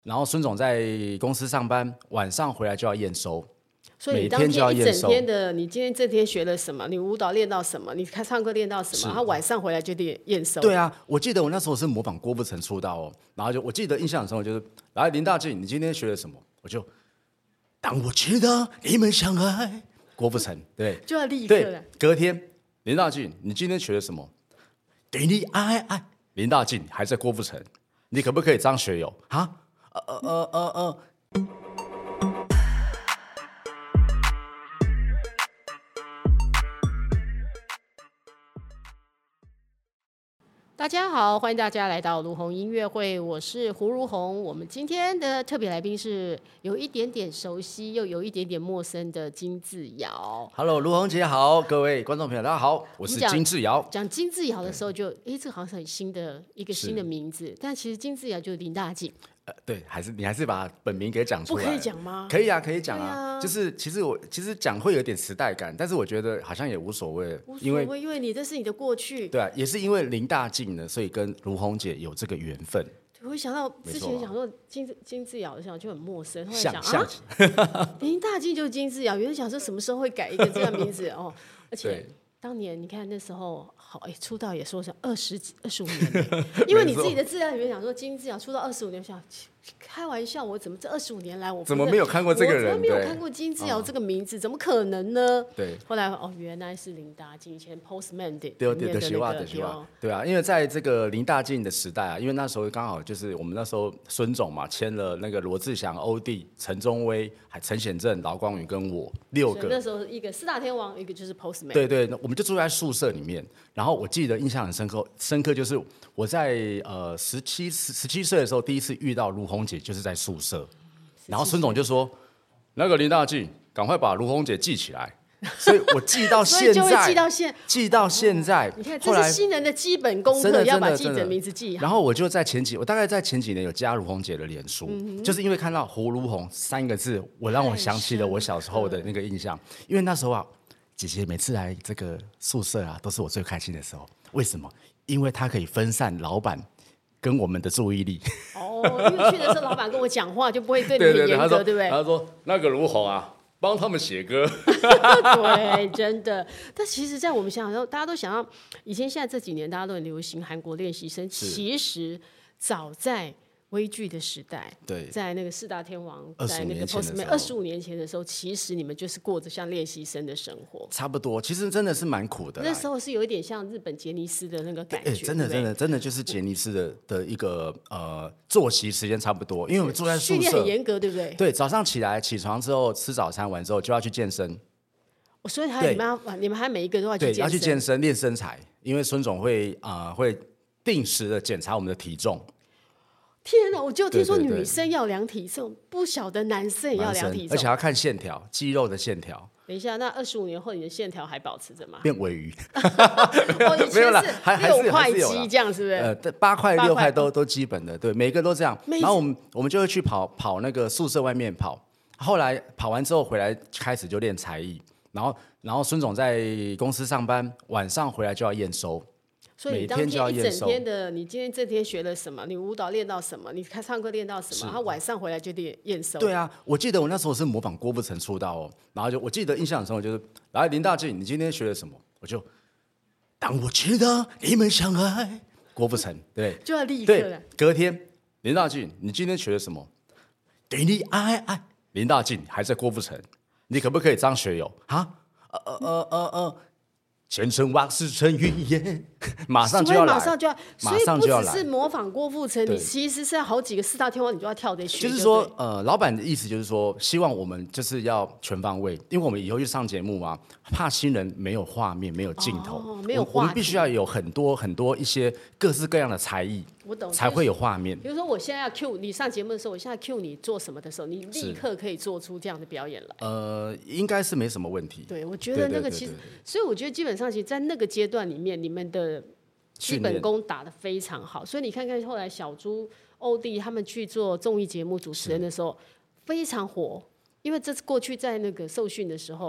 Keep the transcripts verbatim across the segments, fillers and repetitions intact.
然后孙总在公司上班，晚上回来就要验收， 所以你当天一整天的，你今天这天学了什么？你舞蹈练到什么？你看唱歌练到什么？然后晚上回来就得验收。 对啊，我记得我那时候是模仿郭富城出道哦，然后就我记得印象很深，就是来林大靖，你今天学了什么？我就当我知道你们相爱，郭富城对， 就要立刻了。 对，隔天林大靖，你今天学了什么？对你爱爱，林大靖还在郭富城，你可不可以张学友？哈？呃呃呃呃呃。 大家好，欢迎大家来到卢红音乐会，我是胡如红。我们今天的特别来宾是有一点点熟悉又有一点点陌生的金智瑶。 Hello， 卢红姐好，各位观众朋友大家好，我是金智瑶。 讲金智瑶的时候就，哎，这好像是很新的一个新的名字，但其实金智瑶就是林大靖。 呃，对，还是你还是把本名给讲出来。 不可以讲吗？ 可以啊，可以讲啊。 啊就是其实我其实讲会有点时代感，但是我觉得好像也无所谓， 无所谓， 因为因为你这是你的过去。 对啊，也是因为林大靖呢，所以跟卢红姐有这个缘分。 我会想到之前想说金金智瑶，想就很陌生，后来想像啊，林大靖就是金智瑶，原来想说什么时候会改一个这样名字哦，而且。当年你看那时候好哎，出道也说是二十几二十五年，因为你自己的资料里面讲说金智瑶出道二十五年，想开玩笑，我怎么这二十五年来我怎么没有看过这个人？ 我怎么没有看过金智瑶这个名字？怎么可能呢？ 对， 后来哦，原来是林大靖，以前 Postman 的对对对对，对对对啊，因为在这个林大靖的时代啊，因为那时候刚好就是我们那时候孙总嘛签了那个罗志祥、欧弟、陈忠威、还陈显正、劳光宇跟我六个， 那时候一个四大天王，一个就是 Postman。 对对，我们就住在宿舍里面，然后我记得印象很深刻，深刻就是我在呃十七十七岁的时候第一次遇到卢红姐，就是在宿舍，然后孙总就说：“那个林大靖，赶快把卢红姐记起来。”所以我记到现在， 记到现， 记到现在。 哦、你看，这是新人的基本功课，要把记者名字记好。 然后我就在前几，我大概在前几年有加卢红姐的脸书，嗯、就是因为看到胡卢红三个字，我让我想起了我小时候的那个印象，因为那时候啊。姐姐每次来这个宿舍啊，都是我最开心的时候。为什么？因为她可以分散老板跟我们的注意力。 哦，因为去的时候老板跟我讲话，就不会对你很严格，对不对？ 他说：“那个卢红啊，帮他们写歌。” 对，真的。但其实，在我们想想，大家都想要，以前、现在这几年，大家都很流行韩国练习生。其实，早在微剧的时代， 对， 在那个四大天王，在那个 Postman 二十五年前的时候，其实你们就是过着像练习生的生活， 差不多。其实真的是蛮苦的。 那时候是有一点像日本杰尼斯的那个感觉， 真的真的真的就是杰尼斯的的一个呃作息时间差不多，因为我们住在宿舍， 训练很严格，对不对？ 对，早上起来起床之后吃早餐完之后就要去健身， 所以还你们要你们还每一个都要去健身， 对，要去健身练身材，因为孙总会啊、呃、会定时的检查我们的体重。 天哪！我就听说女生要量体重，不晓得男生也要量体重， 而且要看线条，肌肉的线条。 等一下，那二十五年后你的线条还保持着吗？ 变尾鱼， 哦，以前是六块肌这样，是不是？ 呃，八块六块都都基本的，对，每个都这样。然后我们我们就会去跑跑那个宿舍外面跑，后来跑完之后回来开始就练才艺，然后然后孙总在公司上班，晚上回来就要验收。 所以你当天一整天的，你今天这天学了什么？你舞蹈练到什么？你看唱歌练到什么？然后晚上回来就得验收。 对啊，我记得我那时候是模仿郭富城出道哦，然后就我记得印象很深，就是来林大靖，你今天学了什么？我就当我知道你们相爱，郭富城对， 就要立刻了。 隔天林大靖，你今天学了什么？对你爱爱，林大靖还在郭富城，你可不可以张学友？哈？呃呃呃呃呃。前尘往事成云烟，马上就要来， 马上就要， 马上就要来。 所以不只是模仿郭富城，你其实是好几个四大天王，你就要跳得去。 就是说，呃，老板的意思就是说，希望我们就是要全方位，因为我们以后去上节目嘛，怕新人没有画面、没有镜头， 哦、没有话题， 我们必须要有很多很多一些各式各样的才艺， 我懂， 才会有画面。 比如说，我现在要 cue 你上节目的时候，我现在 cue 你做什么的时候，你立刻可以做出这样的表演来。 呃，应该是没什么问题。 对，我觉得那个其实，所以我觉得基本上，其实，在那个阶段里面，你们的基本功打得非常好。所以你看看后来小猪、欧弟他们去做综艺节目主持人的时候，非常火。因为这次过去在那个受训的时候，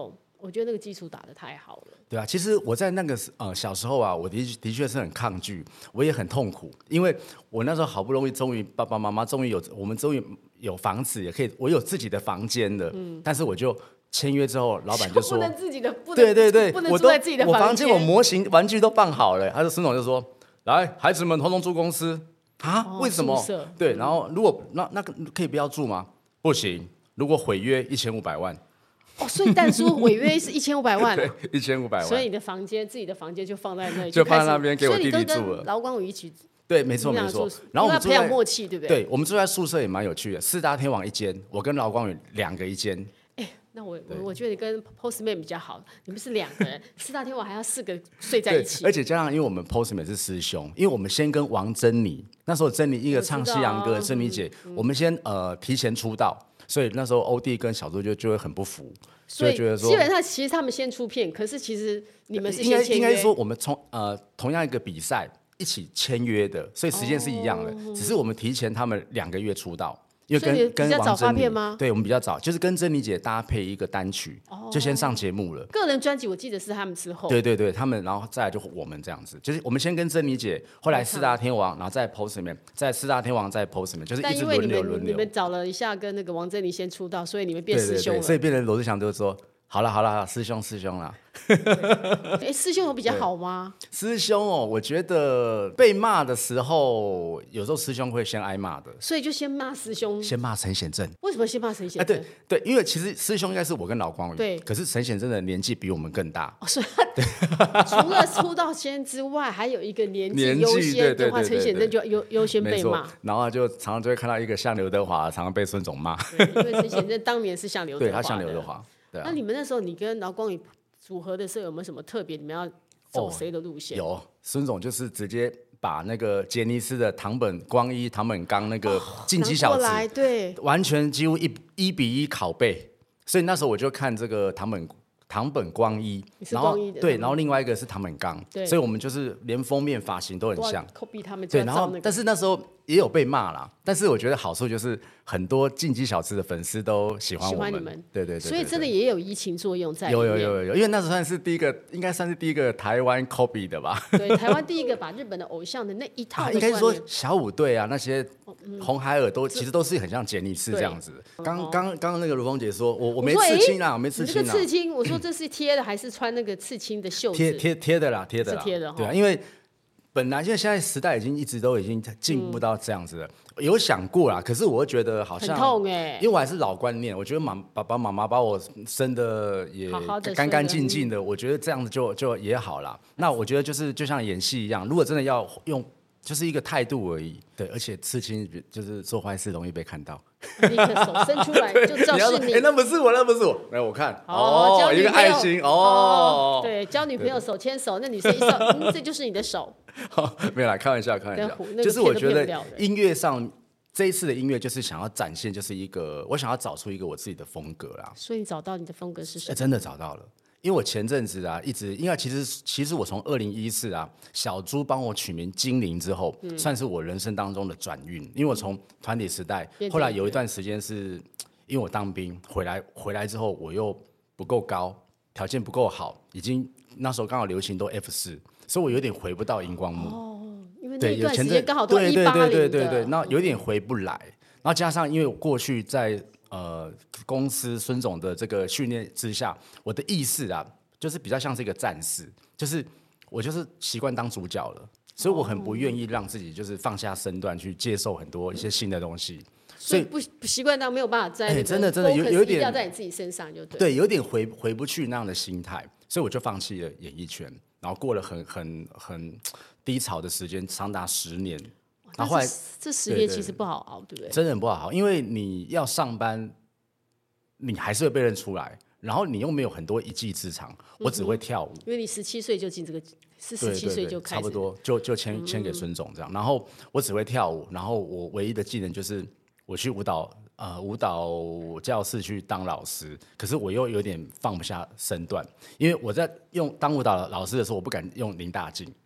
我觉得那个基础打得太好了。 对啊，其实我在那个呃小时候啊，我的的确是很抗拒，我也很痛苦，因为我那时候好不容易终于爸爸妈妈终于有我们终于有房子，也可以我有自己的房间了，嗯，但是我就签约之后，老板就说不能自己的，不能对对对， 不能住在自己的我房间， 我模型玩具都放好了，他说孙总就说，来孩子们统统住公司啊， 哦、 为什么？对，然后如果那那个可以不要住吗？不行，如果毁约一千五百万。 哦，所以但书违约是一千五百万， 对，一千五百万。 所以你的房间，自己的房间就放在那里， 就放在那边给我弟弟住了。 所以你跟劳光宇一起， 对，没错没错。 然后我们培养默契，对不对？对，我们住在宿舍也蛮有趣的，四大天王一间，我跟劳光宇两个一间。 哎，那我我我觉得你跟 Postman 比较好，你们是两个人，四大天王还要四个睡在一起。 而且加上，因为我们 Postman 是师兄，因为我们先跟王珍妮，那时候珍妮一个唱西洋歌，珍妮姐，嗯、我们先呃提前出道。所以那时候欧弟跟小猪就就会很不服， 所以觉得说基本上其实他们先出片，可是其实你们是先签约。 应该说我们从呃同样一个比赛一起签约的，所以时间是一样的，哦、只是我们提前他们两个月出道。因为跟跟王珍妮，对我们比较早，就是跟珍妮姐搭配一个单曲，哦、就先上节目了。 个人专辑我记得是他们之后， 对对对，他们然后再来就我们这样子，就是我们先跟珍妮姐，后来四大天王，然后再 Postman， 再四大天王再 Postman， 就是一直轮流轮流。 你们找了一下跟那个王珍妮先出道，所以你们变师兄了。 对对对，所以变成罗志祥就说。好了好了，师兄师兄啦。 哎，师兄有比较好吗？ 师兄哦，我觉得被骂的时候，有时候师兄会先挨骂的， 所以就先骂师兄， 先骂陈显正。 为什么先骂陈显正？ 啊、对对，因为其实师兄应该是我跟老光宇， 对， 可是陈显正的年纪比我们更大， 哦、所以他除了出道先之外，还有一个年纪优先的话，陈显正就优优先被骂。 然后就常常就会看到一个像刘德华，常常被孙总骂， 因为陈显正当年是像刘德华， 对他像刘德华。啊、 那你们那时候，你跟劳光宇组合的时候有没有什么特别？你们要走谁的路线？ 哦、有，孙总就是直接把那个杰尼斯的堂本光一、堂本刚那个晋级小子， 哦、对， 完全几乎一一比一拷贝。所以那时候我就看这个堂本堂本光一，然后对，然后另外一个是堂本刚，所以我们就是连封面发型都很像 ，copy 他们、那个。 对，然后但是那时候也有被骂啦，但是我觉得好处就是很多进击小吃的粉丝都喜欢我们， 喜欢你们， 对对 对, 对, 对， 所以真的也有移情作用在里面。 有有有有，因为那时候算是第一个，应该算是第一个台湾 copy 的吧？ 对，台湾第一个把日本的偶像的那一套的、 啊，应该说小虎队啊，那些红孩儿都、嗯、其实都是很像杰尼斯这样子。刚刚刚刚那个卢峰姐说，我我没刺青啦，我没刺青啦。 这个刺青，我说这是贴的还是穿那个刺青的袖子？ 贴贴贴的啦，贴的啦， 是贴的。 对啊，因为本来现在现在时代已经一直都已经进步到这样子了。嗯，有想过啦，可是我会觉得好像很痛哎、欸， 因为我还是老观念，我觉得妈爸爸妈妈把我生的也干干净净的，我觉得这样子就就也好啦。那我觉得就是就像演戏一样，如果真的要用，就是一个态度而已。对，而且刺青就是做坏事容易被看到， 立刻手伸出来就知道是你。 哎，那不是我，那不是我，来我看， 哦， 哦一个爱心，哦， 哦对，交女朋友手牵手，那女生一手，嗯，这就是你的手。 没有啦，开玩笑，开玩笑，就是我觉得音乐上这一次的音乐就是想要展现，就是一个我想要找出一个我自己的风格啦。 所以你找到你的风格是什么？ 真的找到了，因为我前阵子啊，一直因为其实其实我从二零一四啊，小猪帮我取名精灵之后，嗯、算是我人生当中的转运。因为我从团体时代，后来有一段时间是因为我当兵回来，回来之后我又不够高，条件不够好，已经那时候刚好流行都 F 四，所以我有点回不到荧光幕。 哦，因为那一段时间刚好都一八零的， 对对对对对，那有点回不来。然后加上因为我过去在呃公司孙总的这个训练之下，我的意识啊，就是比较像是一个战士，就是我就是习惯当主角了，所以我很不愿意让自己就是放下身段去接受很多一些新的东西。 所以不不习惯到没有办法在、那個欸、 真的真的有有点要在你自己身上就对对，有点回回不去那样的心态，所以我就放弃了演艺圈，然后过了很很很低潮的时间，长达十年。然后后来这十年其实不好熬， 对, 对, 对不对？ 真的很不好熬，因为你要上班，你还是会被认出来，然后你又没有很多一技之长，我只会跳舞。 嗯、因为你十七岁就进这个，是十七岁就开始， 差不多就就签签给孙总这样。然后我只会跳舞，然后我唯一的技能就是我去舞蹈呃舞蹈教室去当老师，可是我又有点放不下身段，因为我在用当舞蹈老师的时候，我不敢用林大静。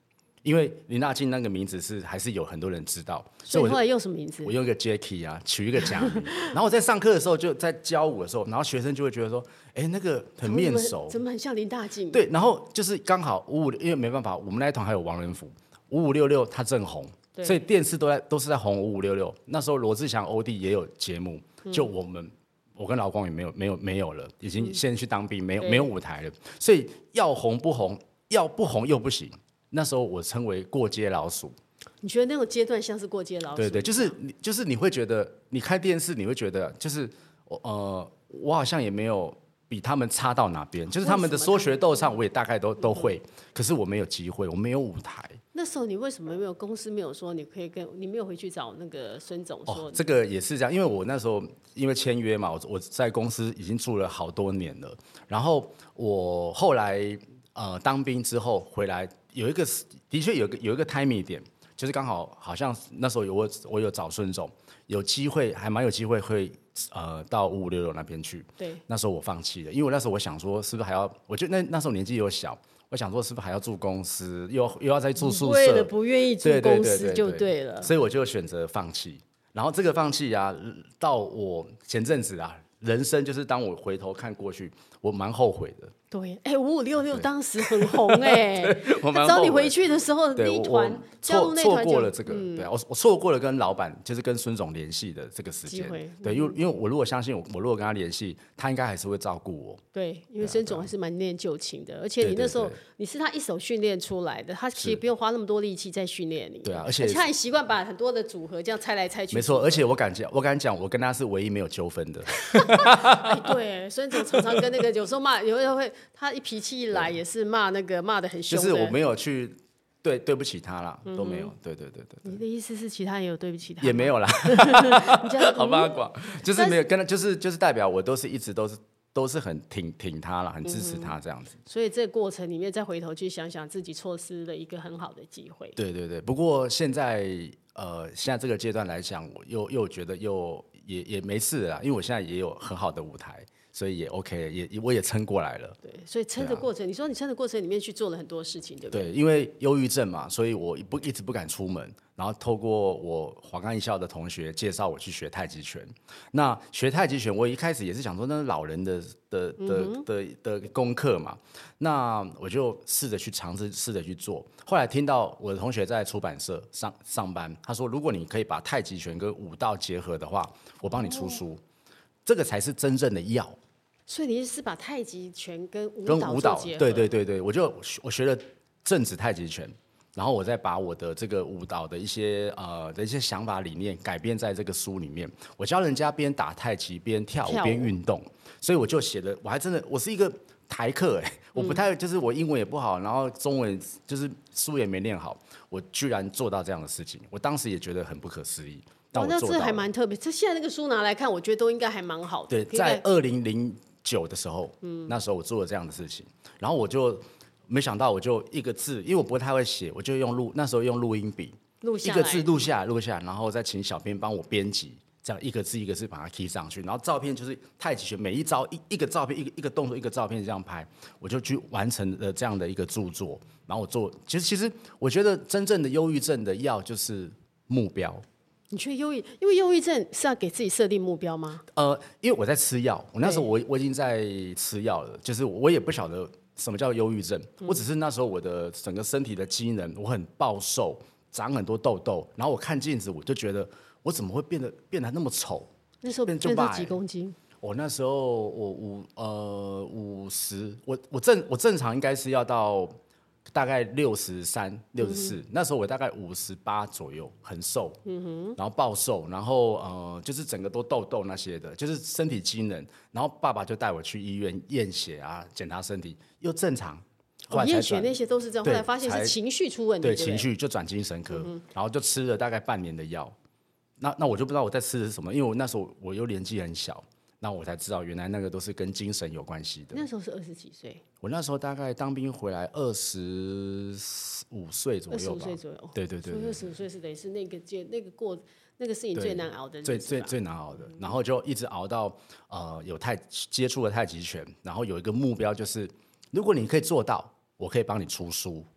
因为林大进那个名字是还是有很多人知道， 所以我后来用什么名字？ 我用一个 Jacky 啊，取一个假名。然后我在上课的时候，就在教舞的时候，然后学生就会觉得说，哎，那个很面熟， 怎么很像林大进？ 对，然后就是刚好五五，因为没办法，我们那一团还有王仁甫，五五六六他正红，所以电视都在都是在红五五六六。那时候罗志祥、欧弟也有节目，就我们。嗯我跟老光也没有没有没有了，已经先去当兵，没有没有舞台了，所以要红不红，要不红又不行。那时候我称为过街老鼠。 你觉得那种阶段像是过街老鼠？ 对对，就是你就是你会觉得，你看电视你会觉得，就是呃，我好像也没有比他们差到哪边，就是他们的说学逗唱我也大概都都会，可是我没有机会，我没有舞台。 那时候你为什么没有公司没有说你可以跟你没有回去找那个孙总说、 哦？这个也是这样，因为我那时候因为签约嘛，我我在公司已经住了好多年了。然后我后来呃当兵之后回来，有一个的确有一个有一个 timing 点，就是刚好好像那时候有我我有找孙总，有机会还蛮有机会会呃到五五六六那边去。 对， 那时候我放弃了，因为我那时候我想说是不是还要，我就那那时候年纪又小。我想说，是不是还要住公司，又又要再住宿舍？ 为了不愿意住公司就对了， 所以我就选择放弃。然后这个放弃啊，到我前阵子啊，人生就是当我回头看过去，我蛮后悔的。 对，哎，五五六六当时很红哎， 我蛮找你回去的时候，那一团加入那团错过了这个，嗯、对啊，我我错过了跟老板，就是跟孙总联系的这个时间。对，因为因为我如果相信我，我如果跟他联系，他应该还是会照顾我。 对，因为孙总还是蛮念旧情的，而且你那时候你是他一手训练出来的，他其实不用花那么多力气在训练你。 对啊，而且他还习惯把很多的组合这样拆来拆去。 没错，而且我敢讲，我敢讲，我跟他是唯一没有纠纷的。 哎，对，孙总常常跟那个有时候骂，有时候会他一脾气一来也是骂那个骂得很凶的， 就是我没有去对对不起他啦，都没有。对对对对。 你的意思是其他人有对不起他？ 也没有啦，好八卦，就是没有跟他，就是就是代表我都是一直都是都是很挺挺他啦，很支持他这样子。 所以这个过程里面再回头去想想，自己错失了一个很好的机会。 对对对，不过现在呃现在这个阶段来讲，我又又觉得又也也没事了啦，因为我现在也有很好的舞台。所以也 OK， 也我也撑过来了。 对，所以撑的过程，啊、你说你撑的过程里面去做了很多事情，对不对？ 对，因为忧郁症嘛，所以我不一直不敢出门。然后透过我华冈艺校的同学介绍我去学太极拳。那学太极拳，我一开始也是想说那是老人的的的、嗯、的的功课嘛，那我就试着去尝试，试着去做。后来听到我的同学在出版社上上班，他说如果你可以把太极拳跟武道结合的话，我帮你出书，哦、这个才是真正的药。 所以你是把太极拳跟舞蹈做结合？ 对对对对，我就我学了正子太极拳，然后我再把我的这个舞蹈的一些呃的一些想法理念改编在这个书里面。我教人家边打太极边跳舞边运动，所以我就写的，我还真的我是一个台客哎，我不太、嗯、就是我英文也不好，然后中文就是书也没练好，我居然做到这样的事情，我当时也觉得很不可思议。但我做到了， 那这还蛮特别。这现在那个书拿来看，我觉得都应该还蛮好的。 对，在二零零九的时候，嗯，那时候我做了这样的事情，然后我就没想到，我就一个字，因为我不太会写，我就用录，那时候用录音笔， 录下一个字录下来，录下来，然后再请小编帮我编辑，这样一个字一个字把它 key 上去，然后照片就是太极拳，每一招一一个照片，一个一个动作，一个照片这样拍，我就去完成了这样的一个著作。然后我做，其实其实我觉得真正的忧郁症的药就是目标。 你觉得忧郁，因为忧郁症是要给自己设定目标吗？ 呃，因为我在吃药，我那时候我我已经在吃药了，就是我也不晓得什么叫忧郁症，嗯、我只是那时候我的整个身体的机能我很暴瘦，长很多痘痘，然后我看镜子我就觉得我怎么会变得变得那么丑？ 那时候变成几公斤？ 我那时候我五呃五十，我我正我正常应该是要到大概六十三、六十四，那时候我大概五十八左右，很瘦，嗯哼，然后暴瘦，然后呃，就是整个都痘痘那些的，就是身体机能。然后爸爸就带我去医院验血啊，检查身体又正常。 哦，验血那些都是这样，后来发现是情绪出问题， 对，情绪就转精神科，嗯、然后就吃了大概半年的药。那那我就不知道我在吃的是什么，因为我那时候我又年纪很小。那我才知道，原来那个都是跟精神有关系的。 那时候是二十几岁， 我那时候大概当兵回来二十五岁左右吧。二十五岁左右， 对对对。 二十五岁是等于是那个阶那个过那个是你最难熬的日子， 最最最难熬的。然后就一直熬到呃有太接触了太极拳，然后有一个目标就是，如果你可以做到，我可以帮你出书。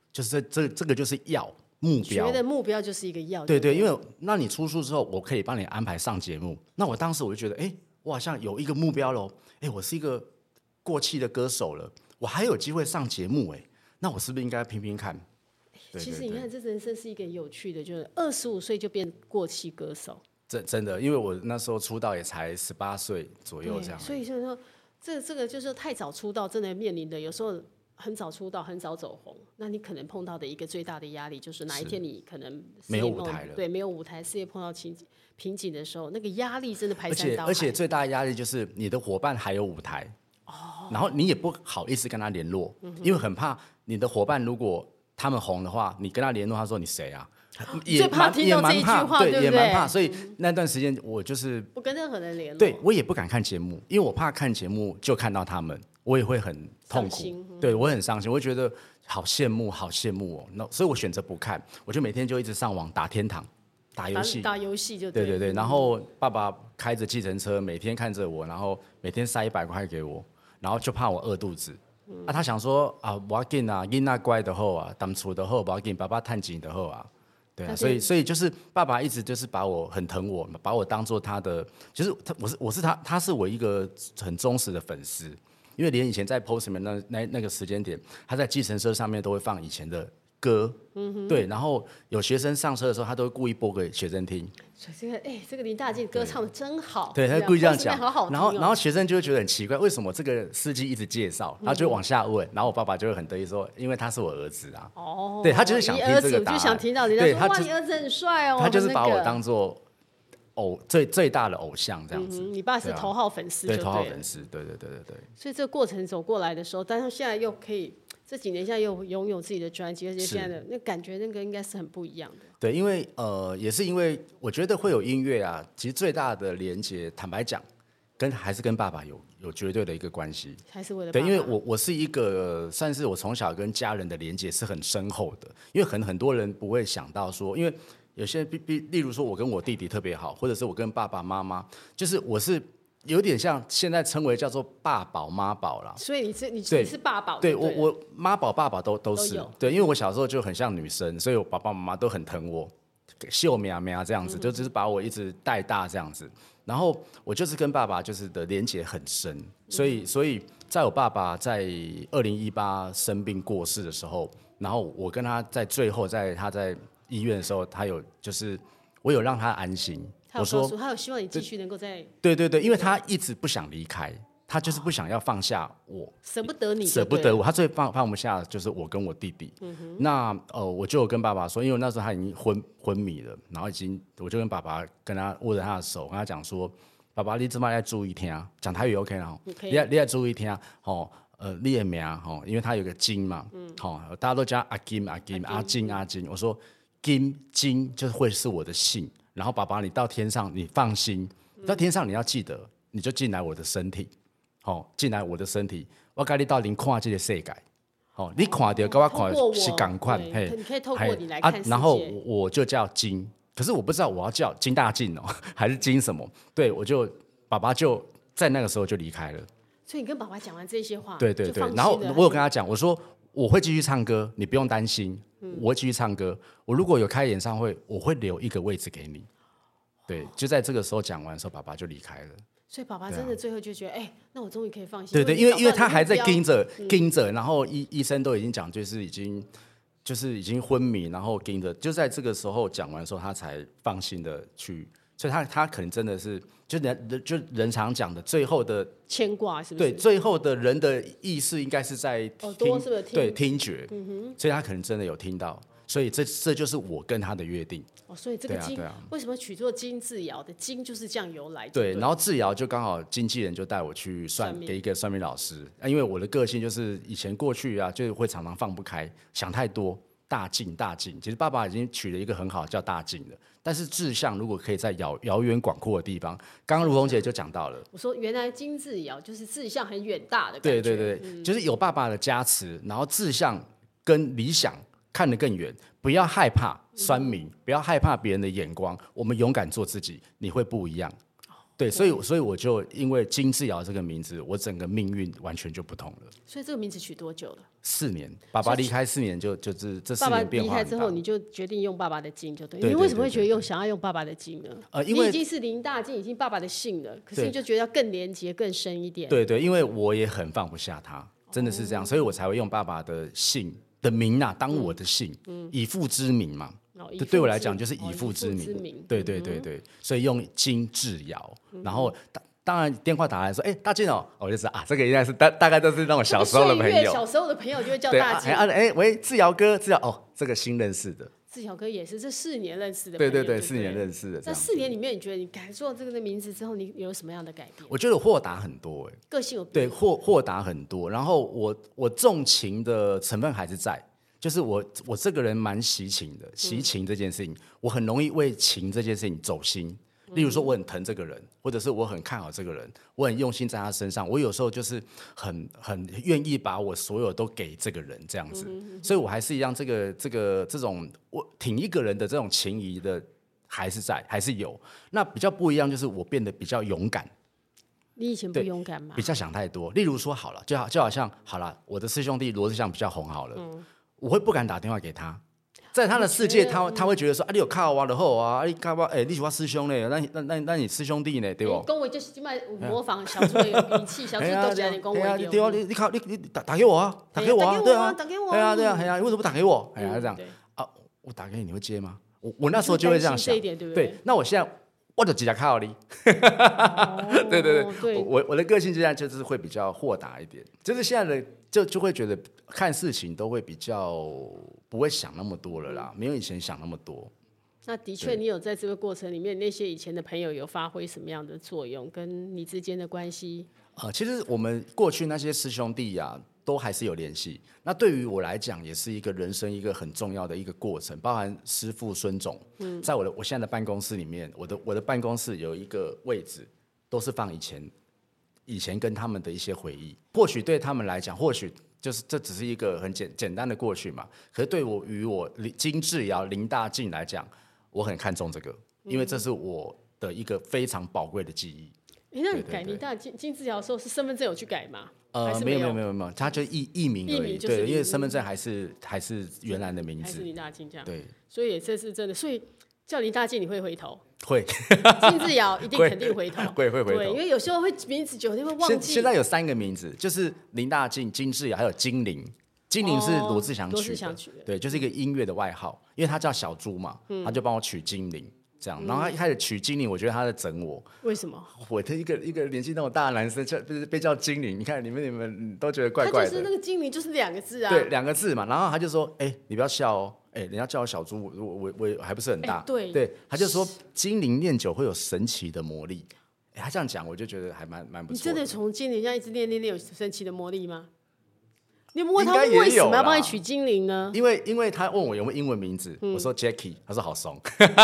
就是这这这个就是要目标， 觉得目标就是一个要。 对对，因为那你出书之后，我可以帮你安排上节目。那我当时我就觉得，哎，我好像有一个目标喽，哎，我是一个过气的歌手了，我还有机会上节目，哎，那我是不是应该拼拼看？对对对， 其实你看，这人生是一个有趣的，就是二十五岁就变过气歌手。 真真的，因为我那时候出道也才十八岁左右这样， 所以就是说，这这个就是太早出道，真的面临的有时候很早出道，很早走红，那你可能碰到的一个最大的压力就是哪一天你可能没有舞台了， 对，没有舞台，事业碰到瓶瓶颈的时候，那个压力真的排山倒海。 而且而且最大的压力就是你的伙伴还有舞台，哦，然后你也不好意思跟他联络，嗯、因为很怕你的伙伴如果他们红的话，你跟他联络，他说你谁啊？ 最怕听到这一句话， 对， 对不对？ 也蛮怕，所以那段时间我就是不跟任何人联络， 对我也不敢看节目，因为我怕看节目就看到他们，我也会很痛苦， 嗯、 对我很伤心，我会觉得好羡慕，好羡慕哦。那所以我选择不看，我就每天就一直上网打天堂，打游戏， 打游戏就对对对。然后爸爸开着计程车，每天看着我，然后每天塞一百块给我，然后就怕我饿肚子。嗯、啊，他想说啊，不要紧啊，囡仔乖的好啊，当初的好，不要紧，爸爸趁钱的好啊。对啊，所以所以就是爸爸一直就是把我很疼我，把我当做他的，就是他我是我是他，他是我一个很忠实的粉丝，因为连以前在 Postman 那那那个时间点，他在计程车上面都会放以前的歌，嗯、对，然后有学生上车的时候，他都会故意播给学生听。 所以这个哎，这个林大进歌唱的真好， 对，他故意这样讲， 好好听哦、 然后然后学生就会觉得很奇怪，为什么这个司机一直介绍，然后就往下问，然后我爸爸就会很得意说，因为他是我儿子啊，哦，对他就是想听这个答案， 就想听到人家说哇，你儿子很帅哦， 他就是把我当做偶最最大的偶像这样子。 嗯、你爸是头号粉丝， 对，头号粉丝，对对对对对。 所以这个过程走过来的时候，但是现在又可以。这几年现在又拥有自己的专辑，而且现在的那感觉，那个应该是很不一样的。 对，因为呃，也是因为我觉得会有音乐啊，其实最大的连接，坦白讲，跟还是跟爸爸有有绝对的一个关系。 还是为了爸爸。 对，因为我我是一个算是我从小跟家人的连接是很深厚的，因为很很多人不会想到说，因为有些比比，例如说我跟我弟弟特别好，或者是我跟爸爸妈妈，就是我是。有点像现在称为叫做爸宝妈宝啦， 所以你是你你是爸宝， 对我我妈宝爸宝都都是都对，因为我小时候就很像女生，所以我爸爸妈妈都很疼我，秀苗苗这样子，嗯、就只是把我一直带大这样子。然后我就是跟爸爸就是的连结很深，所以、嗯、所以在我爸爸在二零一八生病过世的时候，然后我跟他在最后在他在医院的时候，他有就是我有让他安心。 我说他有希望你继续能够在对对对，因为他一直不想离开，他就是不想要放下我， 舍不得你， 舍不得我，他最放放不下就是我跟我弟弟。嗯、那呃，我就有跟爸爸说，因为那时候他已经昏昏迷了，然后已经我就跟爸爸跟他握着他的手，跟他讲说，爸爸你这么要注意听，讲台语 OK 了，你要你要注意听哦，呃，你的名哦，因为他有个金嘛，嗯，哦，大家都叫阿金阿金阿金阿金，我说金金就是会是我的姓。然后爸爸，你到天上，你放心，到天上你要记得，你就进来我的身体，哦，进来我的身体，我跟你到您看这个世界，哦，你看到跟我看是同款， 嘿，你可以透过你来看世界。 啊、然后我就叫金，可是我不知道我要叫金大进哦，还是金什么？对，我就爸爸就在那个时候就离开了。 所以你跟爸爸讲完这些话， 对对对，然后我有跟他讲，我说我会继续唱歌，你不用担心。嗯、我会继续唱歌。我如果有开演唱会，我会留一个位置给你。对，就在这个时候讲完的时候，爸爸就离开了。 所以爸爸真的最后就觉得，哎、啊欸，那我终于可以放心。 对对，因为因为他还在盯着盯着，然后医医生都已经讲，就是已经就是已经昏迷，然后盯着，就在这个时候讲完的时候，他才放心的去。所以他他可能真的是，就人就人常讲的最后的牵挂，是不是？ 对，最后的人的意识应该是在耳朵，是不是？ 对，听觉。嗯哼。所以他可能真的有听到，所以这这就是我跟他的约定。 哦，所以这个金、啊啊、为什么取作金致尧的金就是这样由来？ 对，然后致尧就刚好经纪人就带我去算，算给一个算命老师、啊，因为我的个性就是以前过去啊，就会常常放不开，想太多。大进大进，其实爸爸已经取了一个很好叫大进了，但是志向如果可以在遥遥远广阔的地方，刚刚如红姐就讲到了， 我说原来金致尧就是志向很远大的感觉，对对对，嗯、就是有爸爸的加持，然后志向跟理想看得更远，不要害怕酸民，嗯、不要害怕别人的眼光，我们勇敢做自己，你会不一样。 对，所以所以我就因为金志尧这个名字，我整个命运完全就不同了。 所以这个名字取多久了？ 四年，爸爸离开四年就就是这四爸爸年变化很大。 离开之后，你就决定用爸爸的金就对。 对对你为什么会对对觉得用想要用爸爸的金呢？ 呃，因为你已经是林大进，已经爸爸的姓了，可是对你就觉得要更连结、更深一点。 对对，因为我也很放不下他，真的是这样，所以我才会用爸爸的姓的名啊当我的姓，以父之名嘛。 哦以父对对我来之讲就是以哦父之名， 之名对对对对，所以用金志尧，然后当当然电话打来说，哎，大进哦，我就知道啊，这个应该是大大概都是那种小时候的朋岁月友， 小时候的朋友就会叫对， 大进。 啊哎哎喂，志尧哥，志尧哦，这个新认识的， 志尧哥也是这四年认识的朋友， 对对对， 不四年认识的，这在样子四年里面，你觉得你改做这个的名字之后，你有什么样的改变？ 我觉得豁达很多哎。 个性有对， 变豁豁达很多。然后我我重情的成分还是在，就是我我这个人蛮喜情的，喜情这件事情，我很容易为情这件事情走心。例如说，我很疼这个人，或者是我很看好这个人，我很用心在他身上。我有时候就是很很愿意把我所有都给这个人这样子，所以我还是一样，这个这个这种我挺一个人的这种情谊的还是在，还是有。那比较不一样，就是我变得比较勇敢。 你以前不对勇敢吗比？较想太多。例如说，好了，就好就好像好了，我的师兄弟罗志祥比较红好了，我会不敢打电话给他。在他的世界，他他会觉得说啊，你有靠我的后啊，你靠我，哎、欸，你是我师兄呢，那那那那你师兄弟呢，对不？ 跟我就是今麦模仿小猪的语气，小猪都起来你跟我对啊， 一对啊，你你靠你你打打给我啊，打给我啊，对啊， 打给我， 对啊对啊，哎呀，你为什么不打给我？哎呀，这样对啊，我打给你，你会接吗？我我那时候就会这样想， 对不对？ 那我现在我就直接靠你。对对对，我我的个性现在就是会比较豁达一点，就是现在的就就会觉得看事情都会比较不会想那么多了啦，没有以前想那么多。 那的确，你有在这个过程里面，那些以前的朋友有发挥什么样的作用，跟你之间的关系？ 呃，其实我们过去那些师兄弟呀、啊，都还是有联系。那对于我来讲，也是一个人生一个很重要的一个过程，包含师父孙总。嗯，在我的我现在的办公室里面，我的我的办公室有一个位置，都是放以前以前跟他们的一些回忆。或许对他们来讲，或许就是这只是一个很简简单的过去嘛。可是对我与我金志尧林大进来讲，我很看重这个，因为这是我的一个非常宝贵的记忆。 哎，那你改林大金金志尧的时候，是身份证有去改吗？ 呃，没有没没有没有没有，他就艺艺名而已，对，因为身份证还是还是原来的名字， 还是林大进这样， 对， 所以这是真的，所以叫林大进你会回头， 会， 金志尧一定肯定回头， 会会回头， 对，因为有时候会名字久，你会忘记。 现在有三个名字，就是林大进、金志尧，还有金玲。金玲是罗志祥取的， 取的对，就是一个音乐的外号，因为他叫小猪嘛，嗯、他就帮我取金玲。这样，然后他一开始取精灵，我觉得他在整我。 为什么？ 我的一个一个年纪那么大的男生，叫被叫精灵，你看你们你们都觉得怪怪的。 他就是那个精灵，就是两个字啊。 对，两个字嘛。然后他就说：“哎、欸，你不要笑哦，哎、欸，人家叫我小猪，我我我我还不是很大。欸” 对对，他就说精灵练久会有神奇的魔力。欸、他这样讲，我就觉得还蛮蛮不错。 你真的从精灵这样一直练练练，有神奇的魔力吗？你问他为什么要帮你取精灵呢？ 因为因为他问我有没有英文名字，嗯、我说 Jackie， 他说好怂。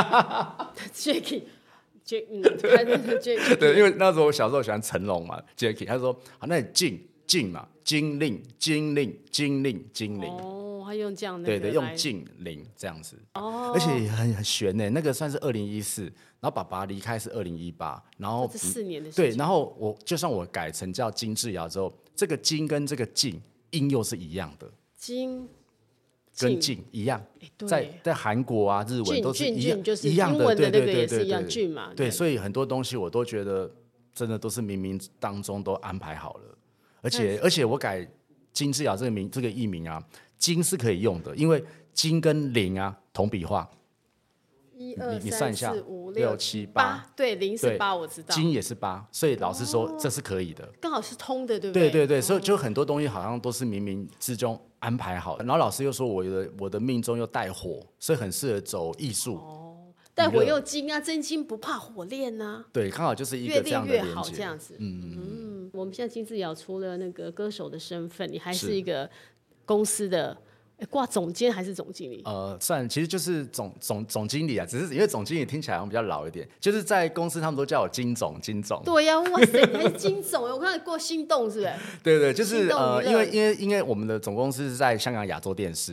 Jackie， Jack， 嗯，对对，因为那时候我小时候喜欢成龙嘛 ，Jackie， 他说好，那你静静嘛，精灵精灵精灵精灵。 哦，他用这样的， 对对，用精灵这样子。哦，而且很很悬呢，那个算是二零一四，然后爸爸离开是二零一八，然后这四年的事对，然后我就算我改成叫金志尧之后，这个金跟这个静。音又是一样的， 金跟静一样，在在韩国啊、日文都是一样一样的，对对对对对对，嘛， 对，所以很多东西我都觉得真的都是冥冥当中都安排好了，而且而且我改金志尧这个名这个艺名啊，金是可以用的，因为金跟零啊同笔画。 一二三四五六七八，对，零是八，我知道。 金也是八，所以老师说这是可以的， 刚好是通的，对不对？ 对对对，所以就很多东西好像都是冥冥之中安排好的。然后老师又说我的我的命中又带火，所以很适合走艺术。 哦，带火又金啊，真金不怕火炼呐。 对，刚好就是一个这样的越练越好这样子。嗯嗯，我们现在金志尧除了那个歌手的身份，你还是一个公司的。挂总监还是总经理？ 呃，算，其实就是总总总经理啊，只是因为总经理听起来好像比较老一点，就是在公司他们都叫我金总，金总。 对呀、啊，哇塞，你还是金总？我看你过心动是不是？ 对对，就是呃，因为因为因为我们的总公司是在香港亚洲电视，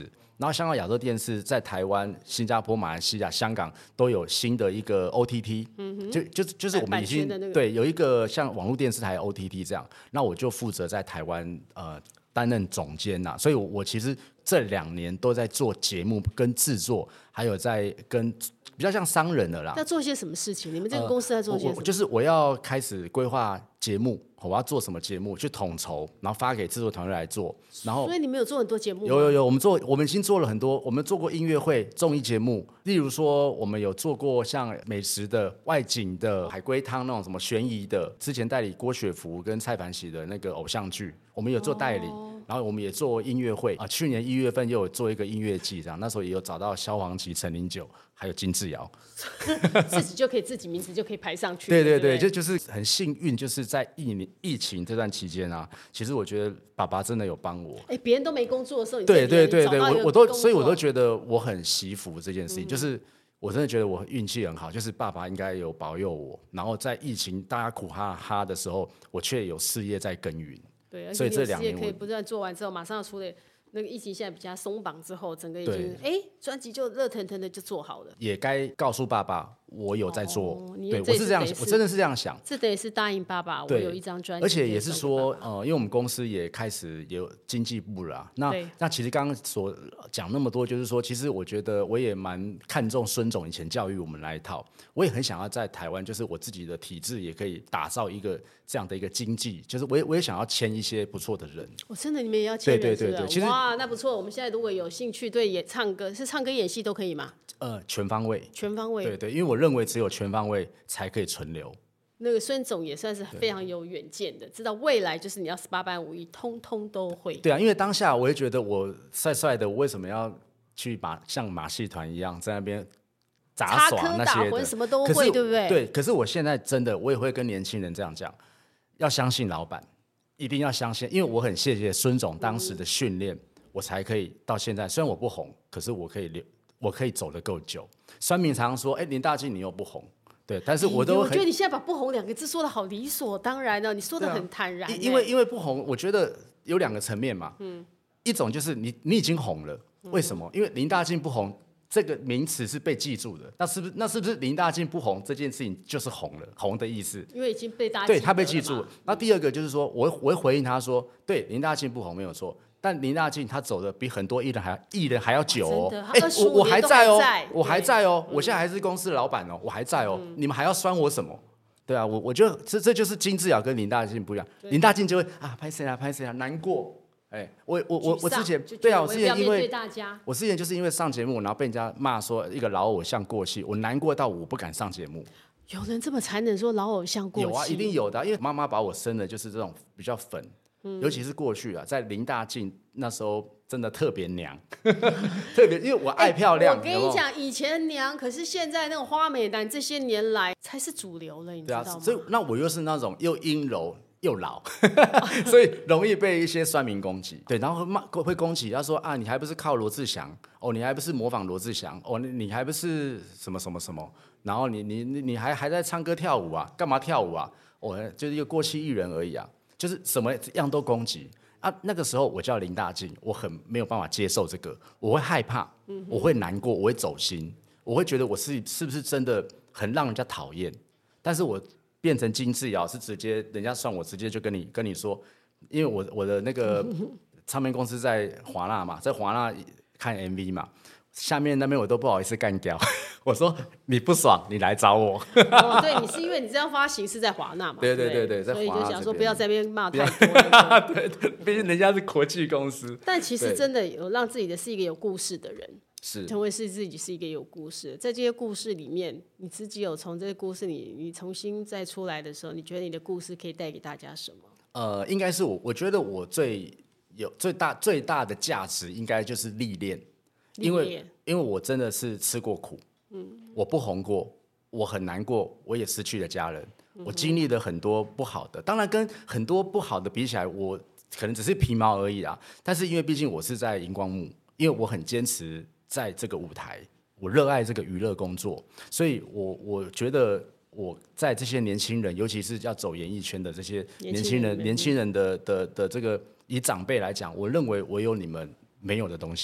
然后香港亚洲电视在台湾、新加坡、马来西亚、香港都有新的一个 O T T，、嗯、就就就是我们已经、那个、对有一个像网络电视台 O T T 这样，那我就负责在台湾呃担任总监呐，所以我我其实这两年都在做节目跟制作，还有在跟比较像商人的啦。 要做些什么事情？你们这个公司在做些什么？ 呃、就是我要开始规划节目。我要做什么节目去统筹，然后发给制作团队来做。然后， 所以你们有做很多节目吗？ 有有有，我们做，我们已经做了很多，我们做过音乐会、综艺节目，例如说，我们有做过像美食的、外景的、海龟汤那种什么悬疑的。之前代理郭雪芙跟蔡凡喜的那个偶像剧，我们有做代理。哦、然后我们也做音乐会啊，去年一月份又有做一个音乐季，这样那时候也有找到萧煌奇、陈零九，还有金志尧， 自己就可以自己名字就可以排上去。 对对对，就就是很幸运，就是在疫疫情这段期间啊，其实我觉得爸爸真的有帮我。 哎，别人都没工作的时候，你对对对对，我我都所以我都得觉得我很惜福这件事情，嗯、就是我真的觉得我运气很好，就是爸爸应该有保佑我，然后在疫情大家苦哈哈的时候，我却有事业在耕耘。 对， 所以这两年也可以不断做完之后，马上要出来。那个疫情现在比较松绑之后，整个已经哎，专辑就热腾腾的就做好了。 也该告诉爸爸，我有在做。 哦、 对，我是这样，我真的是这样想。 这得是答应爸爸，我有一张专辑。 而且也是说，呃，因为我们公司也开始有经济部了、啊。那那其实刚刚所讲那么多，就是说，其实我觉得我也蛮看重孙总以前教育我们那一套。我也很想要在台湾，就是我自己的体制也可以打造一个这样的一个经济，就是我也我也想要签一些不错的人。 我、哦、真的，你们也要签人？ 对对对对，其实哇，那不错。我们现在如果有兴趣，对也唱歌，是唱歌演戏都可以吗？ 呃，全方位， 全方位。 对对，因为我认为只有全方位才可以存留。 那个孙总也算是非常有远见的，知道未来就是你要十八般武艺，通通都会。 对啊，因为当下我也觉得我帅帅的，我为什么要去马像马戏团一样在那边杂耍那些的， 什么都会，对不对？ 对，可是我现在真的，我也会跟年轻人这样讲，要相信老板，一定要相信，因为我很谢谢孙总当时的训练、嗯，我才可以到现在。虽然我不红，可是我可以留，我可以走得够久。酸民常常说，哎，林大进你又不红。对，但是我都很、 欸、我觉得你现在把不红两个字说的好理所当然了，你说的很坦然、欸啊。 因为因为不红，我觉得有两个层面嘛。嗯，一种就是你你已经红了，为什么？嗯、因为林大进不红这个名词是被记住的，那是不是那是不是林大进不红这件事情就是红了？红的意思， 因为已经被大家对他被记住了。那第二个就是说，我我会回应他说，对，林大进不红没有错。但林大进他走的比很多艺人还艺人还要久哦， 哎、欸， 我我还在哦， 在我还在哦，我现在还是公司的老板哦，我还在哦，嗯、你们还要酸我什么？对啊，我我觉得这这就是金志尧跟林大进不一样，林大进就会啊拍谁啊拍谁啊难过，哎、欸，我我我我之前对啊，我之前因为我之前就是因为上节目，然后被人家骂说一个老偶像过气，我难过到我不敢上节目。 有人这么残忍说老偶像过气？ 有啊，一定有的、啊，因为妈妈把我生的就是这种比较粉。嗯、尤其是过去啊，在林大进那时候真的特别娘，特别因为我爱漂亮。 欸、我跟你讲，以前娘，可是现在那种花美男这些年来才是主流了，你知道吗？ 啊、所以那我又是那种又阴柔又老，所以容易被一些酸民攻击。对，然后骂会攻击，他说啊，你还不是靠罗志祥哦，你还不是模仿罗志祥哦，你你还不是什么什么什么，然后你你你还还在唱歌跳舞啊，干嘛跳舞啊？哦，就是一个过气艺人而已啊。就是什么样都攻击啊！那个时候我叫林大进，我很没有办法接受这个，我会害怕，嗯、我会难过，我会走心，我会觉得我是是不是真的很让人家讨厌？但是我变成金志尧是直接人家算我直接就跟你跟你说，因为我我的那个唱片公司在华纳嘛，在华纳看 M V 嘛，下面那边我都不好意思干掉。我说你不爽，你来找我。 哦，对，你是因为你这样发行是在华纳嘛？ 对对对对，在华纳， 所以就想说不要在那边骂太多。 对对，毕竟人家是国际公司。 但其实真的有让自己的是一个有故事的人， 是成为是自己是一个有故事的。在这些故事里面，你自己有从这些故事里，你重新再出来的时候，你觉得你的故事可以带给大家什么？ 呃，应该是我，我觉得我最有最大最大的价值，应该就是历练，因为因为我真的是吃过苦。嗯，我不红过，我很难过，我也失去了家人，嗯、我经历了很多不好的，当然跟很多不好的比起来，我可能只是皮毛而已啦。但是因为毕竟我是在荧光幕，因为我很坚持在这个舞台，我热爱这个娱乐工作，所以我我觉得我在这些年轻人，尤其是要走演艺圈的这些年轻人，年轻人的的的这个以长辈来讲，我认为我有你们没有的东西。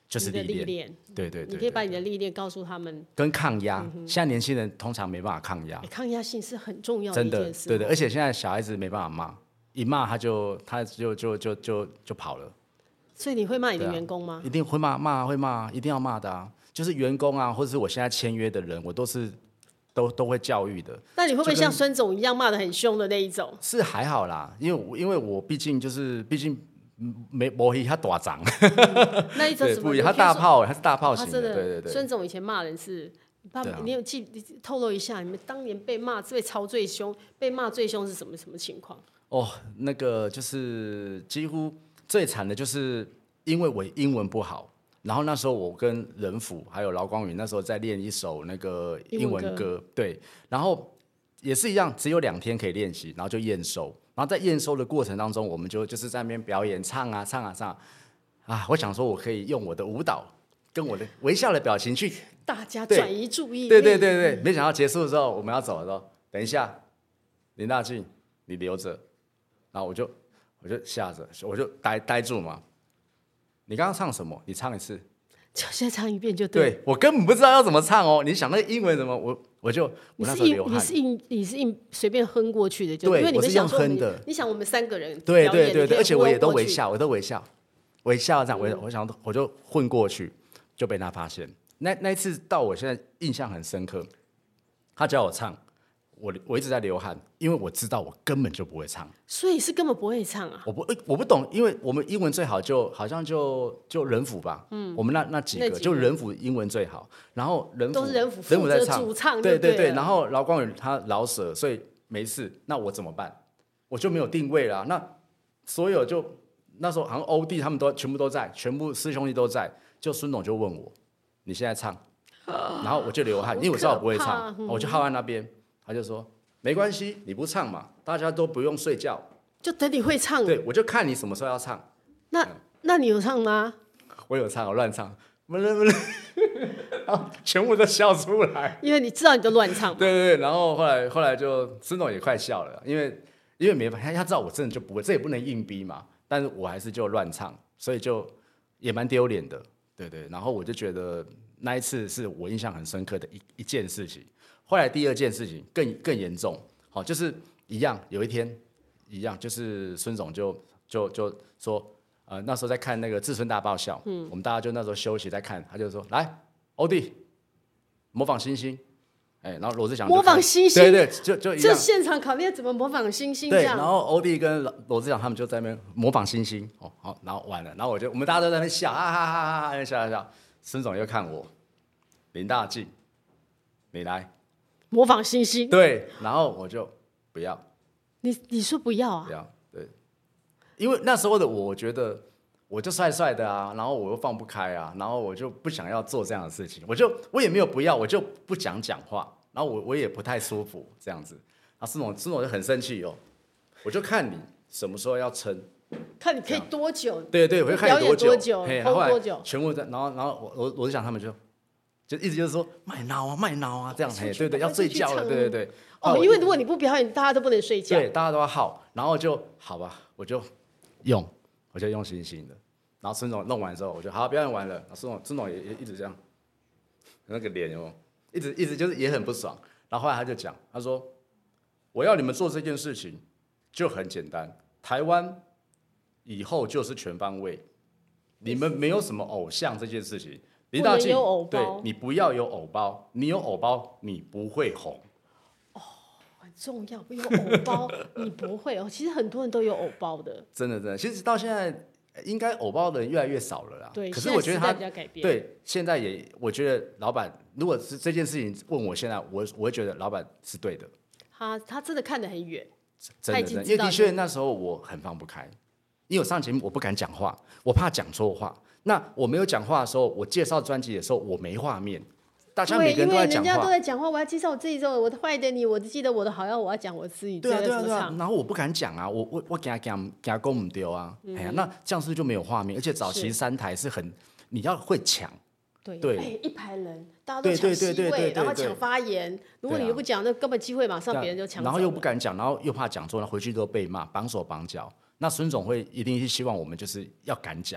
就是历练， 历练对对 对, 对， 你可以把你的历练告诉他们， 跟抗压、嗯。现在年轻人通常没办法抗压， 欸、抗压性是很重要的一件事， 真的，对的。而且现在小孩子没办法骂，一骂他就他就就就就就跑了。 所以你会骂你的员工吗？ 啊、一定会骂，骂会骂，一定要骂的啊。就是员工啊，或者是我现在签约的人，我都是都都会教育的。 那你会不会像孙总一样骂得很凶的那一种？ 是还好啦，因为因为我毕竟就是毕竟。没没他大张， 那一种什么？ 他大炮，他是大炮型的， 他真的对对对。 孙总以前骂人是，爸爸、啊，你有记透露一下，你们当年被骂被抄最凶，被骂最凶是什么什么情况？ 哦，那个就是几乎最惨的就是因为我英文不好，然后那时候我跟仁甫还有劳光宇那时候在练一首那个英文歌，对，然后也是一样，只有两天可以练习，然后就验收。然后在验收的过程当中，我们就就是在那边表演唱啊唱啊唱啊，啊，我想说我可以用我的舞蹈跟我的微笑的表情去大家转移注意力。 对对对对，没想到结束的时候我们要走的时候，等一下，林大进，你留着，然后我就我就吓着，我就呆呆住嘛。你刚刚唱什么？你唱一次。 就现在唱一遍就对。 对，我根本不知道要怎么唱哦。你想那个英文怎么，我我就我那时候流汗。 你是硬你是硬随便哼过去的，就对， 因为你们想说我是用哼的。 你想我们三个人对对对对，而且我也都微笑， 我都微笑，微笑这样，我我想我就混过去，就被他发现。那那一次到我现在印象很深刻，他叫我唱。我我一直在流汗，因为我知道我根本就不会唱， 所以是根本不会唱啊！ 我不我不懂，因为我们英文最好就好像就就仁甫吧，嗯，我们那那几个就仁甫英文最好，然后仁甫都是仁甫仁甫在唱， 主唱， 对对对，然后劳光宇他老舍，所以没事，那我怎么办？我就没有定位了，那所有就那时候好像欧弟他们都全部都在，全部师兄弟都在，就孙总就问我，你现在唱，然后我就流汗，因为我知道我不会唱，嗯、我就耗在那边。他就说没关系，你不唱嘛，大家都不用睡觉， 就等你会唱。 对，我就看你什么时候要唱。 那、嗯、那你有唱吗？ 我有唱，我乱唱，然后全部都笑出来， 因为你知道你就乱唱嘛。 对对对，然后后来后来就孙总也快笑了，因为因为没办法，他知道我真的就不会，这也不能硬逼嘛，但是我还是就乱唱，所以就也蛮丢脸的，对对。然后我就觉得那一次是我印象很深刻的一一件事情。后来第二件事情更更严重，好，就是一样，有一天一样，就是孙总就就就说，呃，那时候在看那个《至尊大爆笑》，嗯，我们大家就那时候休息在看，他就说，来，欧弟，模仿星星，哎，然后罗志祥模仿星星， 对对，就就一样， 就现场考验怎么模仿星星， 对，然后欧弟跟罗志祥他们就在那边模仿星星，哦，好，然后完了，然后我就我们大家都在那边笑，哈哈哈哈哈，笑笑笑，孙总又看我，林大进，你来。 模仿星星， 对，然后我就不要。 你你说不要啊？ 不要，对，因为那时候的我，我觉得我就帅帅的啊，然后我又放不开啊，然后我就不想要做这样的事情，我就我也没有不要，我就不想讲话，然后我我也不太舒服这样子。然后孙总孙总就很生气哦，我就看你什么时候要撑， 看你可以多久？ 对对，我就看你多久， 多久， 嘿，后来全部在，然后然后我我就想他们就。就一直就是说卖脑啊卖脑啊这样，对对，要睡觉了，对对对。 哦，因为如果你不表演，大家都不能睡觉。 对，大家都要耗，然后就好吧，我就用，我就用星星的。然后孙总弄完之后，我就好表演完了。孙总孙总也也一直这样，那个脸有，一直一直就是也很不爽。然后后来他就讲，他说我要你们做这件事情就很简单，台湾以后就是全方位，你们没有什么偶像这件事情。林大进，对，你不要有偶包，你有偶包，你不会红。 哦，很重要，有偶包你不会哦。其实很多人都有偶包的， 真的真的。其实到现在，应该偶包的人越来越少了啦。 对， 可是我觉得他对现在也，我觉得老板如果是这件事情问我现在，我我会觉得老板是对的。 他他真的看得很远， 真的真的，因为的确那时候我很放不开，因为我上节目我不敢讲话，我怕讲错话。那我没有讲话的时候，我介绍专辑的时候，我没画面，大家每个人都在讲话， 人家都在讲话，我要介绍我自己之后，我坏的你，我记得我的好，要我要讲我自己， 对啊对啊对啊，然后我不敢讲啊，我我我给他给他攻不丢啊，哎呀，那这样是不是就没有画面？而且早期三台是很，你要会抢， 对对， 哎，一排人，大家都抢席位，然后抢发言，如果你又不讲，那根本机会马上别人就抢走了， 然后又不敢讲，然后又怕讲错，回去都被骂，绑手绑脚。那孙总会一定是希望我们就是要敢讲。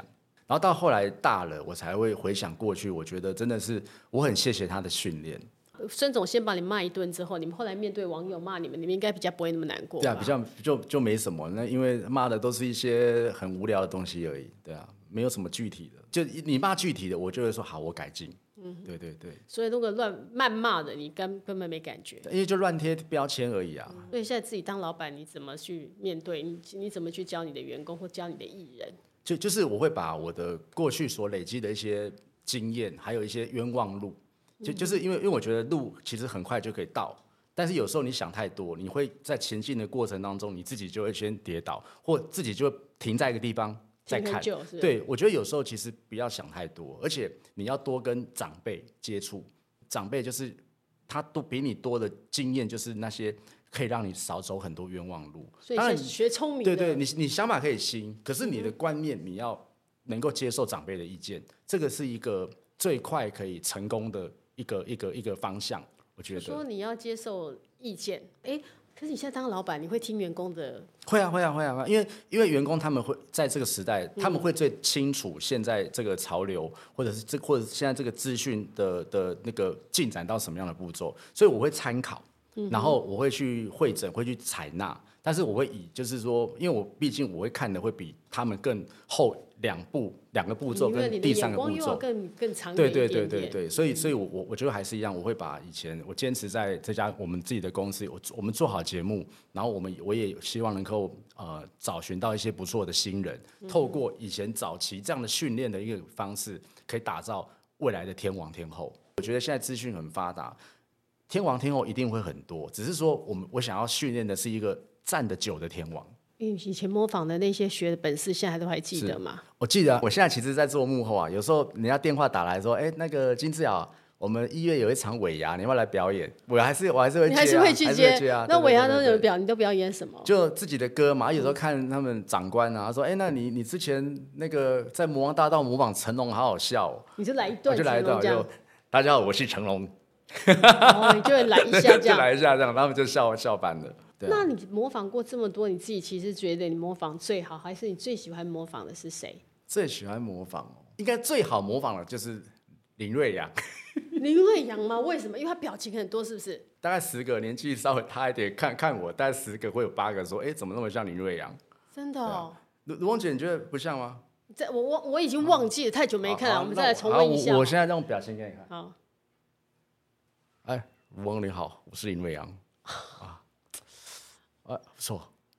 然后到后来大了，我才会回想过去，我觉得真的是我很谢谢他的训练。 孙总先把你骂一顿之后，你们后来面对网友骂你们，你们应该比较不会那么难过吧？ 对啊，比较就就没什么，那因为骂的都是一些很无聊的东西而已，对啊，没有什么具体的。就你骂具体的，我就会说好，我改进。嗯，对对对。 所以如果乱谩骂的，你根根本没感觉， 因为就乱贴标签而已啊。 嗯、所以现在自己当老板，你怎么去面对？你你怎么去教你的员工或教你的艺人？ 就就是我会把我的过去所累积的一些经验，还有一些冤枉路，就就是因为因为我觉得路其实很快就可以到，但是有时候你想太多，你会在前进的过程当中，你自己就会先跌倒，或自己就会停在一个地方再看。对，我觉得有时候其实不要想太多，而且你要多跟长辈接触，长辈就是他多比你多的经验，就是那些可以让你少走很多冤枉路。 所以当然学聪明的， 对对，你你想法可以新，可是你的观念你要能够接受长辈的意见，这个是一个最快可以成功的一个一个一个方向。我觉得说你要接受意见，哎，可是你现在当老板，你会听员工的？ 会啊会啊会啊，因为因为员工他们会在这个时代，他们会最清楚现在这个潮流，或者是这或者现在这个资讯的的那个进展到什么样的步骤，所以我会参考。然后我会去会诊，会去采纳，但是我会以就是说，因为我毕竟我会看的会比他们更后两步两个步骤跟第三个步骤更更长远一点点。对对对对对，所以所以我我我觉得还是一样，我会把以前我坚持在这家我们自己的公司，我我们做好节目，然后我们我也希望能够呃找寻到一些不错的新人，透过以前早期这样的训练的一个方式，可以打造未来的天王天后。我觉得现在资讯很发达。天王天后一定会很多，只是说我们我想要训练的是一个站得久的天王。 因为以前模仿的那些学的本事，现在都还记得吗？ 我记得、啊，我现在其实在做幕后啊，有时候人家电话打来说，哎、欸，那个金志尧，我们一月有一场尾牙，你要不要来表演？我还是我还是会接、啊， 你还是会去接， 接啊。 那尾牙都有表，你都表演什么？ 就自己的歌嘛。有时候看他们长官啊，说，哎、欸，那你你之前那个在魔王大道模仿成龙，好好笑哦。 你就来一段， 我就来一段，就大家好，我是成龙。 哦，你就会来一下这样， 就来一下这样，他们就笑笑翻了。对啊、 那你模仿过这么多，你自己其实觉得你模仿最好，还是你最喜欢模仿的是谁？ 最喜欢模仿哦，应该最好模仿的就是林瑞阳。 林瑞阳吗？为什么？因为他表情很多，是不是？ 大概十个，年纪稍微大一点，看看我，大概十个会有八个说，哎、欸，怎么那么像林瑞阳？ 真的哦。 卢卢翁姐，你觉得不像吗？ 这我我我已经忘记了，太久没看了，我们再来重温一下。 我, 我现在用表情给你看。 好。 哎，卢翁你好，我是林瑞阳。啊，啊，不错。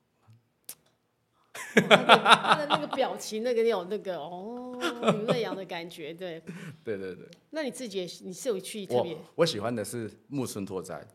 他的那个表情，那个有那个哦，林瑞阳的感觉，对。 对对对。 那你自己也你是有去特别？ 我我喜欢的是木村拓哉。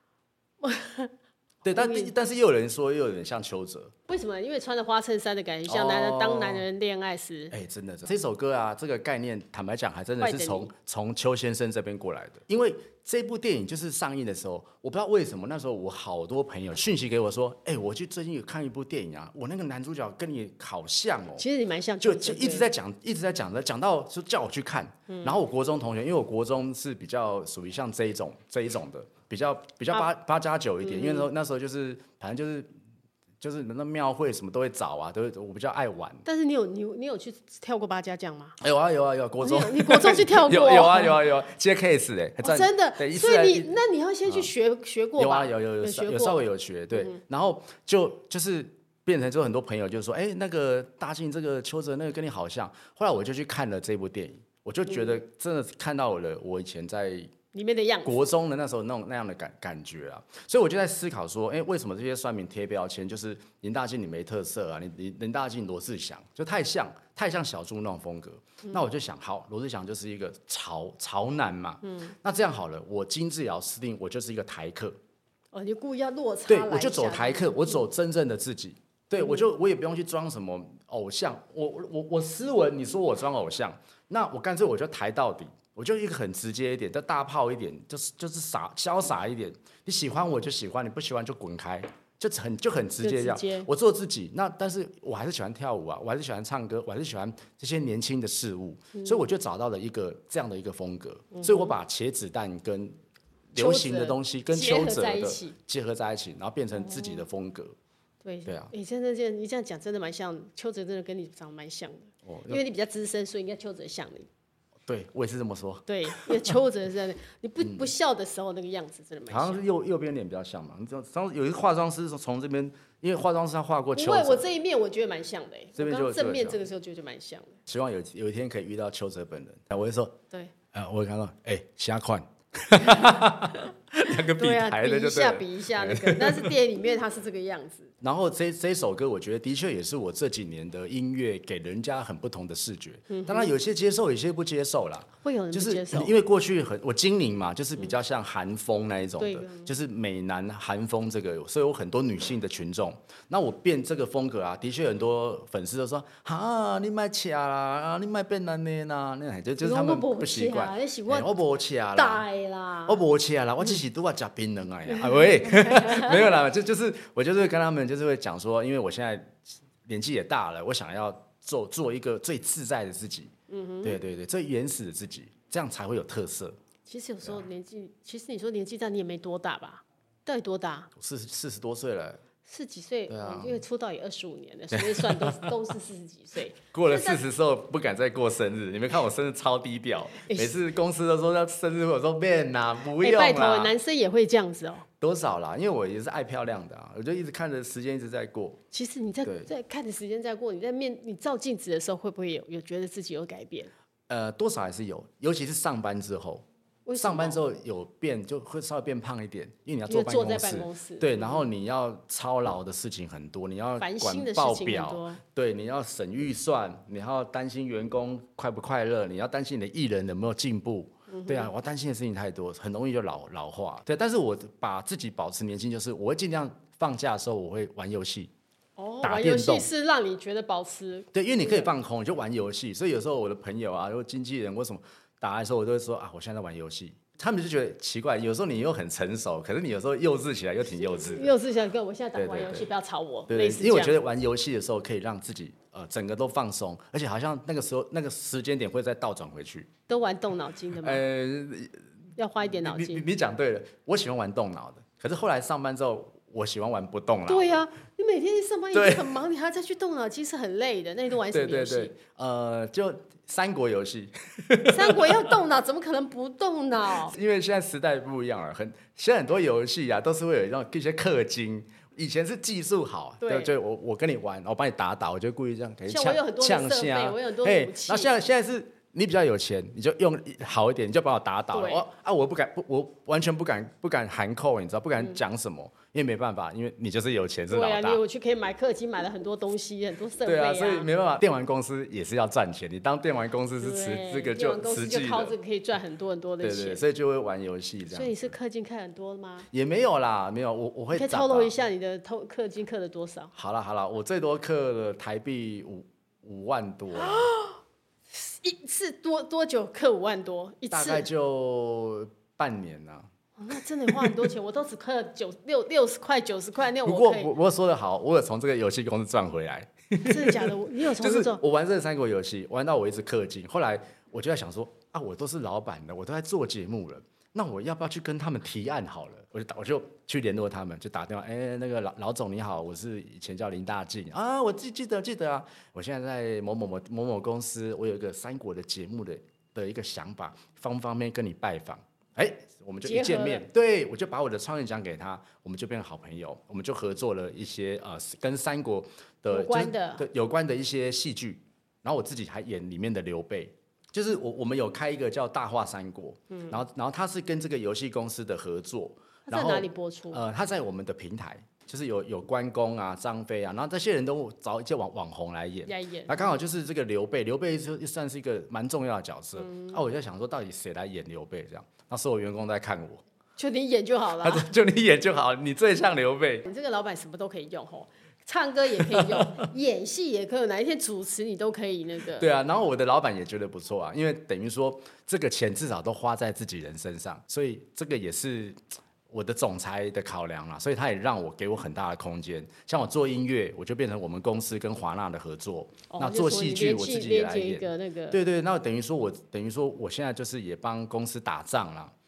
对，但但是又有人说，又有点像邱泽。 为什么？因为穿着花衬衫的感觉，像男人、哦、当男人恋爱时。 哎、欸，真的，这首歌啊，这个概念，坦白讲，还真的是从从邱先生这边过来的。因为这部电影就是上映的时候，我不知道为什么那时候我好多朋友讯息给我说，哎、欸，我去最近有看一部电影啊，我那个男主角跟你好像哦。 其实你蛮像， 就就一直在讲，一直在讲的，讲到说叫我去看。嗯、然后我国中同学，因为我国中是比较属于像这一种这一种的。比较比较八八加九一点，嗯、因为那时候那时候就是反正就是就是那庙会什么都会找啊，都会我比较爱玩。 但是你有你你有去跳过八家将吗？ 有啊有啊有啊，国中你, 你国中去跳过？ 有有啊有啊有啊，接 case 哎、欸哦，真的。所以你那你要先去学、嗯、学过吧？ 有啊有有有有, 有稍微有学对，嗯、然后就就是变成就很多朋友就说，哎、欸，那个大庆这个邱泽那个跟你好像。后来我就去看了这部电影，我就觉得真的看到了我以前在。 里面的样子， 国中的那时候那种那样的感感觉啊，所以我就在思考说，哎、欸，为什么这些酸民贴标签，就是林大进你没特色啊，你你林大进罗志祥就太像太像小猪那种风格，嗯、那我就想，好，罗志祥就是一个潮潮男嘛，嗯，那这样好了，我金志尧私定我就是一个台客， 哦，你故意要落差， 对，我就走台客，我走真正的自己，对、嗯、我就我也不用去装什么偶像，我我我斯文，你说我装偶像，那我干脆我就台到底。我就一个很直接一点，就大炮一点，就是就是傻潇洒一点。你喜欢我就喜欢，你不喜欢就滚开，就很就很直接这样。我做自己，那但是我还是喜欢跳舞啊，我还是喜欢唱歌，我还是喜欢这些年轻的事物，嗯、所以我就找到了一个这样的一个风格。嗯、所以我把茄子蛋跟流行的东西跟邱泽的结合在一起，然后变成自己的风格。 对对啊， 你真的这你这样讲真的蛮像，邱泽真的跟你长得蛮像的， 哦， 因为你比较资深，所以应该邱泽像你。 对我也是这么说。 对，因为邱泽是真的，你不不笑的时候那个样子真的蛮像。 好像是右右边脸比较像嘛，你知道，当时有一个化妆师从这边，因为化妆师他画过邱泽， 不会，我这一面我觉得蛮像的、欸， 这边就我刚正面这个时候觉得蛮像的。 希望有有一天可以遇到邱泽本人，我会说， 对， 呃，我会看到，哎、欸，瞎款。两个比对啊， 台的就对了， 比一下比一下那个，但是电影里面他是这个样子。 然后这这首歌，我觉得的确也是我这几年的音乐给人家很不同的视觉。嗯、当然有些接受，有些不接受啦。 会有人不接受， 就是因为过去很我精灵嘛，就是比较像韩风那一种的， 嗯、 就是美男韩风这个，所以有很多女性的群众。那我变这个风格啊，的确很多粉丝都说啊，你卖卡啦，你卖变男的啦，那就就是他们不习惯。我不卡啦， 大啦， 我不卡啦，我只是都要吃槟榔啊呀，喂，没有啦，就就是我就是跟他们就是会讲说，因为我现在年纪也大了，我想要做做一个最自在的自己，嗯哼，对对对，最原始的自己，这样才会有特色。 其实有时候年纪，其实你说年纪大，你也没多大吧？到底多大？ 四四十多岁了。 四十几岁， 对啊， 因为出道也二十五年了，所以算都都是四十几岁。 过了四十之后不敢再过生日，你们看我生日超低调，每次公司都说要生日，我说变啦，不用啦。 拜托，男生也会这样子哦。 多少啦？因为我也是爱漂亮的啊，我就一直看着时间一直在过。 其实你在在看着时间在过，你在面你照镜子的时候，会不会有有觉得自己有改变？ 呃，多少还是有，尤其是上班之后。上班之后有变，就会稍微变胖一点，因为你要坐办公室， 坐在办公室对，然后你要操劳的事情很多，你要管报表，对，你要审预算，你要担心员工快不快乐，你要担心你的艺人有没有进步，嗯、对啊，我要担心的事情太多，很容易就老老化。对，但是我把自己保持年轻，就是我会尽量放假的时候我会玩游戏。 哦，打电动玩游戏是让你觉得保持对，因为你可以放空，你就玩游戏。所以有时候我的朋友啊，或经纪人，为什么打来的时候，我都会说啊，我现在在玩游戏。他们就觉得奇怪，有时候你又很成熟，可是你有时候幼稚起来又挺幼稚的。 幼稚起来，跟我现在打玩游戏，不要吵我。 对对，因为我觉得玩游戏的时候可以让自己呃整个都放松，而且好像那个时候那个时间点会再倒转回去。 都玩动脑筋的吗？呃，要花一点脑筋。 你你讲对了，我喜欢玩动脑的，可是后来上班之后，我喜欢玩不动脑。 对呀、啊，你每天上班已经很忙，你还要再去动脑筋，是很累的。那你都玩什么游戏？ 对对对，呃，就。三国游戏， 三国要动脑，怎么可能不动脑？ 因为现在时代不一样了，很现在很多游戏啊，都是会有一种一些氪金。以前是技术好，对，就我我跟你玩，我帮你打倒，我就故意这样给你呛呛下，我有很多武器。 然后现在现在是你比较有钱，你就用好一点，你就把我打倒了。我啊，我不敢不，我完全不敢不敢含扣，你知道，不敢讲什么。嗯，因为没办法，因为你就是有钱是老大。 对啊，你我去可以买氪金，买了很多东西，很多设备啊。 对啊，所以没办法，电玩公司也是要赚钱。你当电玩公司是持这个就实际的， 就靠这个可以赚很多很多的钱。 对对，所以就会玩游戏这样。 所以你是氪金氪很多吗？ 也没有啦，没有，我我会。 可以透露一下你的氪氪金氪了多少？ 好了好了，我最多氪了台币五五万多。 一次多多久氪五万多？一次大概就半年啊。 哦，那真的花很多钱，我都只氪九六六十块、九十块那种。 不过我我说的好，我有从这个游戏公司赚回来。 真的假的？你有从这就是我玩这三国游戏，玩到我一直氪金，后来我就在想说啊，我都是老板了，我都在做节目了，那我要不要去跟他们提案好了？我就打我就去联络他们，就打电话，哎、欸，那个老老总你好，我是以前叫林大进啊，我记记得记得啊，我现在在某某某某某公司，我有一个三国的节目的的一个想法，方不方便跟你拜访？哎、欸，我们就一见面，对我就把我的创意讲给他，我们就变成好朋友，我们就合作了一些呃跟三国的有关的、 就是、有关的一些戏剧，然后我自己还演里面的刘备。就是我我们有开一个叫大话三国，嗯，然后然后它是跟这个游戏公司的合作， 它在哪里播出？ 呃，它在我们的平台，就是有有关公啊、张飞啊，然后这些人都找一些网网红来演， 来演。 那刚好就是这个刘备，刘备就算是一个蛮重要的角色。嗯、啊，我就想说，到底谁来演刘备这样？那所有员工在看我， 就你演就好了， 就你演就好，你最像刘备。 你这个老板什么都可以用吼。唱歌也可以用，演戏也可以，哪一天主持你都可以那个。 对啊，然后我的老板也觉得不错啊，因为等于说这个钱至少都花在自己人身上，所以这个也是我的总裁的考量啦，所以他也让我给我很大的空间。像我做音乐，我就变成我们公司跟华纳的合作， 哦、 那做戏剧我自己也来演。 一个那个对对，那等于说我等于说我现在就是也帮公司打仗啦。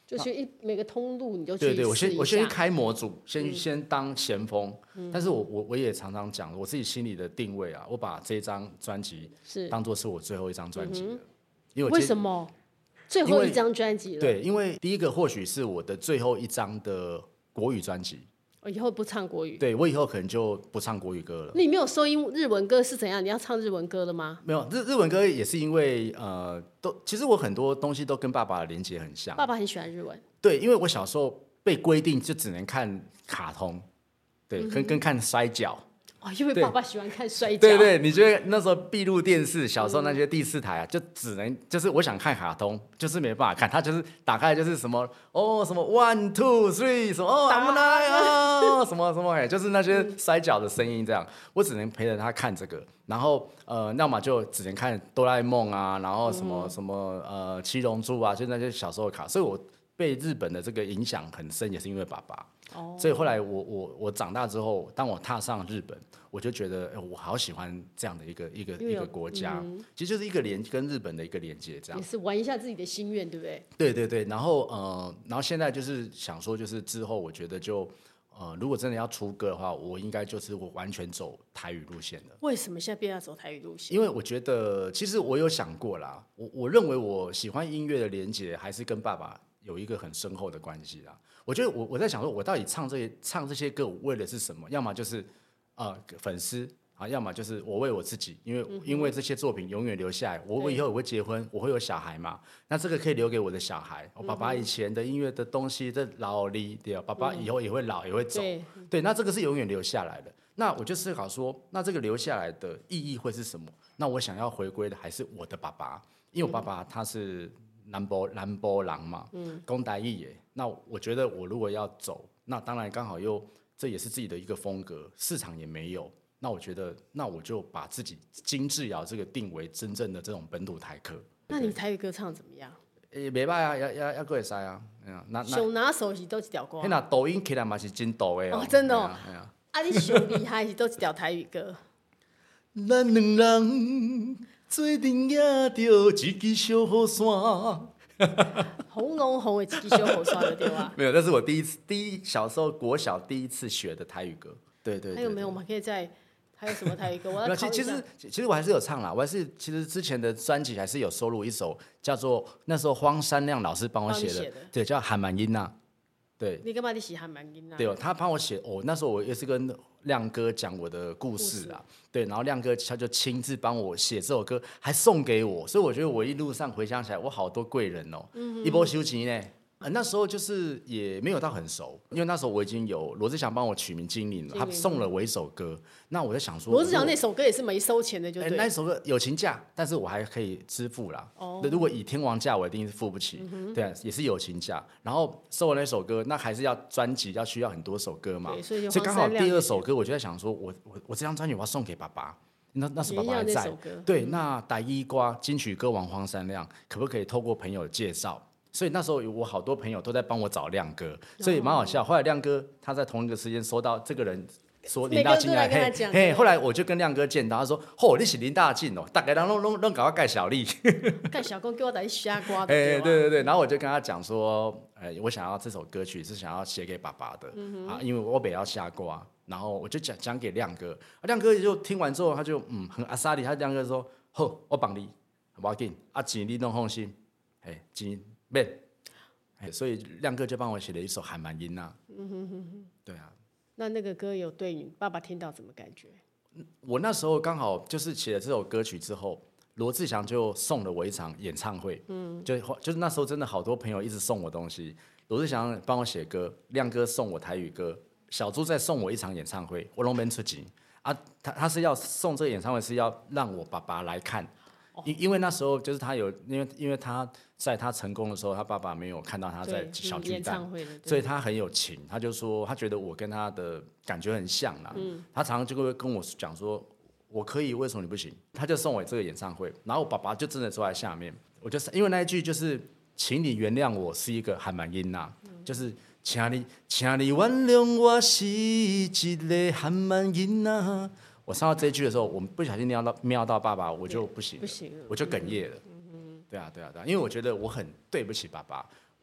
就去一每个通路你就去对对，我先试一我先去下开模组，先、先当前锋。但是我我我也常常讲我自己心里的定位啊，我把这张专辑是当做是我最后一张专辑了，因为我为接什么最后一张专辑了？ 对，因为第一个或许是我的最后一张的国语专辑， 我以后不唱国语。 对我以后可能就不唱国语歌了。 你没有收音日文歌是怎样？你要唱日文歌了吗？ 没有日日文歌也是因为呃，都其实我很多东西都跟爸爸的连接很像。 爸爸很喜欢日文。 对，因为我小时候被规定就只能看卡通，对， 嗯跟跟看摔跤。 哦，因为爸爸喜欢看摔跤。 对对，你觉得那时候闭路电视，小时候那些第四台啊，就只能就是我想看卡通，就是没办法看，它就是打开就是什么哦什么 one two three 什么哦他们来啊什么什么哎，就是那些摔跤的声音这样，我只能陪着他看这个，然后呃，要么就只能看哆啦 A 梦啊，然后什么、嗯、什么呃七龙珠啊，就那些小时候的卡，所以我被日本的这个影响很深，也是因为爸爸。哦、所以后来我我我长大之后，当我踏上日本，我就觉得、欸、我好喜欢这样的一个一个一个国家、嗯，其实就是一个连跟日本的一个连接，这样也是玩一下自己的心愿，对不对？ 对对对，然后呃，然后现在就是想说，就是之后我觉得就呃，如果真的要出歌的话，我应该就是我完全走台语路线的。 为什么现在变要走台语路线？ 因为我觉得其实我有想过啦，我我认为我喜欢音乐的连接还是跟爸爸有一个很深厚的关系啦。我觉得我我在想说，我到底唱这些唱这些歌，我为的是什么？要么就是呃粉丝啊，要么就是我为我自己，因为、嗯、因为这些作品永远留下来，我我以后也会结婚，我会有小孩嘛，那这个可以留给我的小孩。我爸爸以前的音乐的东西，这老离对，爸爸以后也会老，也会走，对，对，那这个是永远留下来的。那我就思考说，那这个留下来的意义会是什么？那我想要回归的还是我的爸爸，因为我爸爸他是南波南波郎嘛，嗯，公台语耶。那我觉得我如果要走，那当然刚好又这也是自己的一个风格，市场也没有。那我觉得，那我就把自己金智瑶这个定为真正的这种本土台客。 那你台语歌唱怎么样？ 也袂歹啊，要要要过会使啊。那上拿手是都一条歌。 那抖音起来嘛是真抖的哦。 哦，真的哦。啊，啊你上厉害是都一条台语歌。 咱两人做阵也着一支小雨伞。 红龙红的一支小雨伞就对啊。 没有，那是我第一次，第一小时候国小第一次学的台语歌。对 对, 对。 还有没有？我们可以在。还有什么台语歌？我要考其实其实我还是有唱啦，我还是其实之前的专辑还是有收录一首叫做那时候荒山亮老师帮我写 的, 写的，对，叫《韩满音》呐。对， 你干嘛你写《韩满音》啊？ 对哦，他帮我写哦。那时候我也是跟亮哥讲我的故事啊，对，然后亮哥他就亲自帮我写这首歌，还送给我，所以我觉得我一路上回想起来，我好多贵人哦，嗯、一波修琴呢。呃、那时候就是也没有到很熟，因为那时候我已经有罗志祥帮我取名精灵了，他送了我一首歌。那我在想说， 罗志祥那首歌也是没收钱的，就对、欸。 那首歌友情价，但是我还可以支付啦。哦，如果以天王价，我一定是付不起。嗯、对啊，也是友情价。然后收了那首歌，那还是要专辑，要需要很多首歌嘛。 所以刚好第二首歌，我就在想说，我我我这张专辑我要送给爸爸。那那时爸爸还在。对，那台语歌金曲歌王黄山亮，可不可以透过朋友介绍？所以那时候我好多朋友都在帮我找亮哥，所以蛮好笑。后来亮哥他在同一个时间收到这个人说林大进来，嘿，嘿，后来我就跟亮哥见到，他说：“哦，你是林大进哦，大概人拢拢拢搞我介绍你， 介绍讲叫我来瞎瓜。” 哎，对对对，然后我就跟他讲说：“哎，我想要这首歌曲是想要写给爸爸的、嗯、啊，因为我北要下瓜。”然后我就讲讲给亮哥，亮哥就听完之后，他就嗯很阿萨里，他亮哥说：“好，我帮你，不要紧，啊钱你拢放心，哎钱。”没，所以亮哥就帮我写了一首《韩满音》呐。嗯哼哼哼，对啊。 那那个歌有对你爸爸听到怎么感觉？ 我那时候刚好就是写了这首歌曲之后，罗志祥就送了我一场演唱会。嗯，就就是那时候真的好多朋友一直送我东西，罗志祥帮我写歌，亮哥送我台语歌，小猪再送我一场演唱会，我都没出钱啊。他他是要送这个演唱会是要让我爸爸来看。因因为那时候就是他有，因为因为他在他成功的时候，他爸爸没有看到他在小巨蛋，所以他很有情，他就说他觉得我跟他的感觉很像啦，嗯、他常常就会跟我讲说，我可以，为什么你不行？他就送我这个演唱会，然后我爸爸就真的坐在下面，我就是因为那一句就是请你原谅我是一个韩满音呐，嗯、就是请你请你原谅我是一个韩满音呐。我上到这一句的时候，我们不小心瞄到瞄到爸爸，我就不行了，不行了，我就哽咽了。嗯、对啊，对啊，对啊，因为我觉得我很对不起爸爸，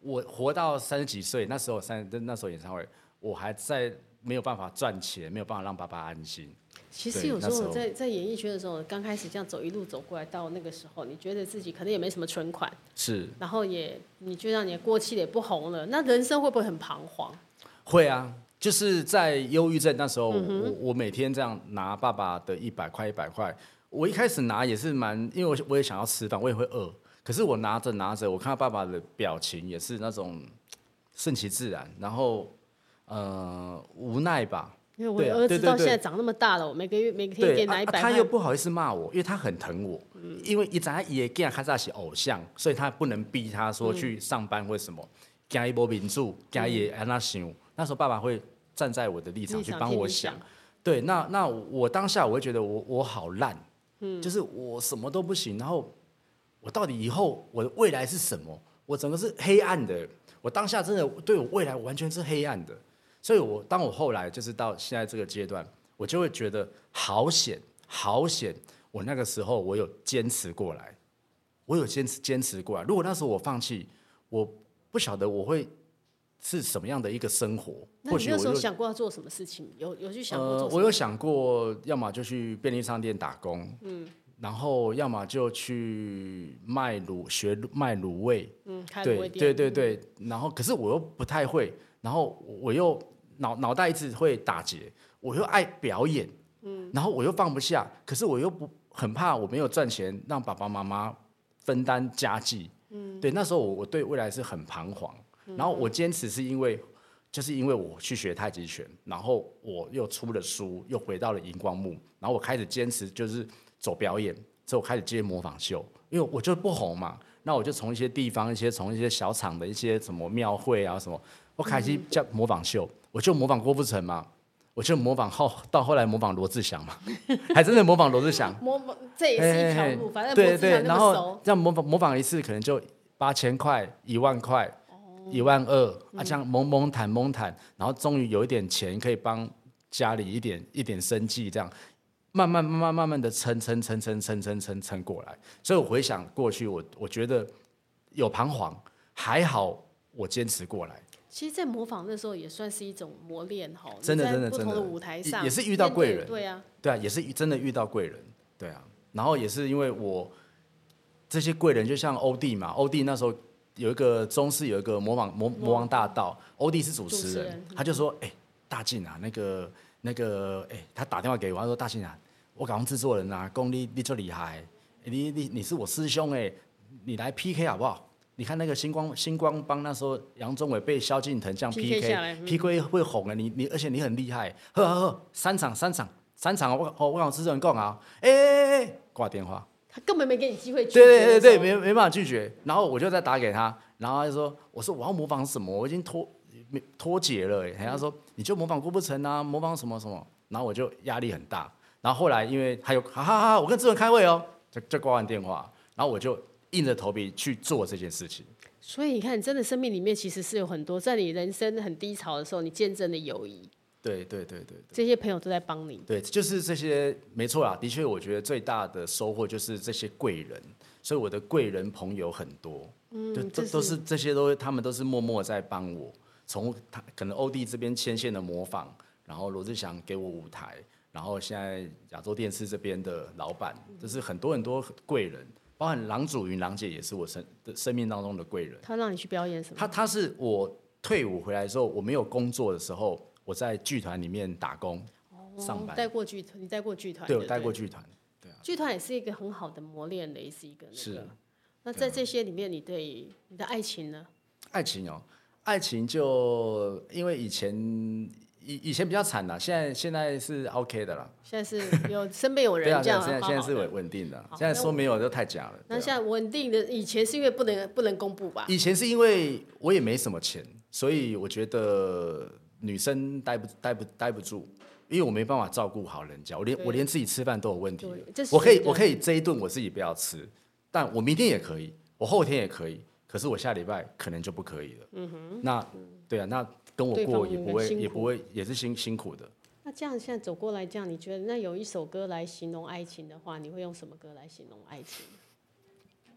我活到三十几岁，那时候三那时候演唱会，我还在没有办法赚钱，没有办法让爸爸安心。 其实有时候在在演艺圈的时候，刚开始这样走一路走过来，到那个时候，你觉得自己可能也没什么存款， 是， 然后也你觉得你过气了也不红了，那人生会不会很彷徨？ 会啊，就是在忧郁症那时候，嗯、我我每天这样拿爸爸的一百块一百块，我一开始拿也是蛮，因为我我也想要吃饭，我也会饿，可是我拿着拿着，我看到爸爸的表情也是那种顺其自然，然后呃无奈吧。 因为我儿子到现在长那么大了，我每个月每天给拿一百块， 他又不好意思骂我，因为他很疼我，嗯、因为一直他也给他看是偶像，所以他不能逼他说去上班或什么，给一波民主，给也安那想。那时候爸爸会站在我的立场去帮我想，对，那那我当下我会觉得我我好烂，嗯，就是我什么都不行，然后我到底以后我的未来是什么？我整个是黑暗的，我当下真的对我未来完全是黑暗的。所以我，我当我后来就是到现在这个阶段，我就会觉得好险，好险！我那个时候我有坚持过来，我有坚持坚持过来。如果那时候我放弃，我不晓得我会是什么样的一个生活。 那你那时候想过要做什么事情？有有去想过做什么？ 呃，我有想过，要么就去便利商店打工，嗯，然后要么就去卖卤学卖卤味， 嗯，开卤味店， 对对对对。然后，可是我又不太会，然后我又。脑脑袋一直会打结，我又爱表演，嗯，然后我又放不下，可是我又不很怕我没有赚钱，让爸爸妈妈分担家计，嗯，对，那时候我我对未来是很彷徨，嗯、然后我坚持是因为，就是因为我去学太极拳，然后我又出了书，又回到了荧光幕，然后我开始坚持就是走表演，之后我开始接模仿秀，因为我就不红嘛，那我就从一些地方，一些从一些小场的一些什么庙会啊什么，我开始叫模仿秀。我就模仿郭富城嘛，我就模仿后到后来模仿罗志祥嘛，还真的模仿罗志祥。 模仿这也是一条路，反正对对，然后这样模仿模仿一次可能就八千块、一万块、一万二啊，这样蒙蒙谈蒙谈，然后终于有一点钱可以帮家里一点一点生计，这样慢慢慢慢慢慢的撑撑撑撑撑撑撑撑过来。所以我回想过去，我我觉得有彷徨，还好我坚持过来。 其实，在模仿那时候也算是一种磨练哈， 真的真的在不同的舞台上也是遇到贵人， 对啊， 对啊，也是真的遇到贵人，对啊，然后也是因为我这些贵人，就像欧弟嘛，欧弟那时候有一个中视有一个模仿模模仿大道，欧弟是主持人， 主持人他就说，哎、欸，大靖啊，那个那个，哎、欸，他打电话给我，他说大靖啊，我搞制作人啊，公你你最厉害，你你你是我师兄哎、欸，你来 P K 好不好？你看那个星光星光帮那时候杨宗纬被萧敬腾这样 P K，P K 会红的，你你而且你很厉害，呵呵呵，三场三场三场，我我我跟制作人讲啊，哎哎哎，挂电话， 他根本没给你机会拒绝，对对对对，没没办法拒绝，然后我就再打给他，然后他就说，我说我要模仿什么，我已经脱脱节了，哎，他说你就模仿郭富城啊，模仿什么什么，然后我就压力很大，然后后来因为还有哈哈哈，我跟制作人开会哦，就就挂完电话，然后我就。硬着头皮去做这件事情， 所以你看，你真的生命里面其实是有很多，在你人生很低潮的时候，你见证的友谊。 对对对 对, 对， 这些朋友都在帮你。 对，就是这些，没错啦。的确，我觉得最大的收获就是这些贵人，所以我的贵人朋友很多，嗯，都都是这些都，他们都是默默在帮我。从他可能欧弟这边牵线的模仿，然后罗志祥给我舞台，然后现在亚洲电视这边的老板，就是很多很多贵人。包含郎祖云、郎姐也是我生生命当中的贵人。 他让你去表演什么？ 他他是我退伍回来的时候，我没有工作的时候，我在剧团里面打工、哦、上班。 带过剧团，你带过剧团？ 对，我带过剧团。对啊， 剧团也是一个很好的磨练的，也是一个、那個。 是。 那在这些里面，你对你的爱情呢？ 爱情哦，爱情就因为以前。以以前比较惨啦，现在现在是 OK 的啦。 现在是有身边有人这样， 对啊，现在现在是稳稳定的。现在说没有就太假了。 那现在稳定的，以前是因为不能不能公布吧？ 以前是因为我也没什么钱，所以我觉得女生待不待不待不住，因为我没办法照顾好人家，我连我连自己吃饭都有问题。我可以我可以这一顿我自己不要吃，但我明天也可以，我后天也可以，可是我下礼拜可能就不可以了。嗯哼。那对啊，那。跟我过也不会，也不会，也是辛辛苦的。 那这样现在走过来，这样你觉得，那有一首歌来形容爱情的话，你会用什么歌来形容爱情？ 我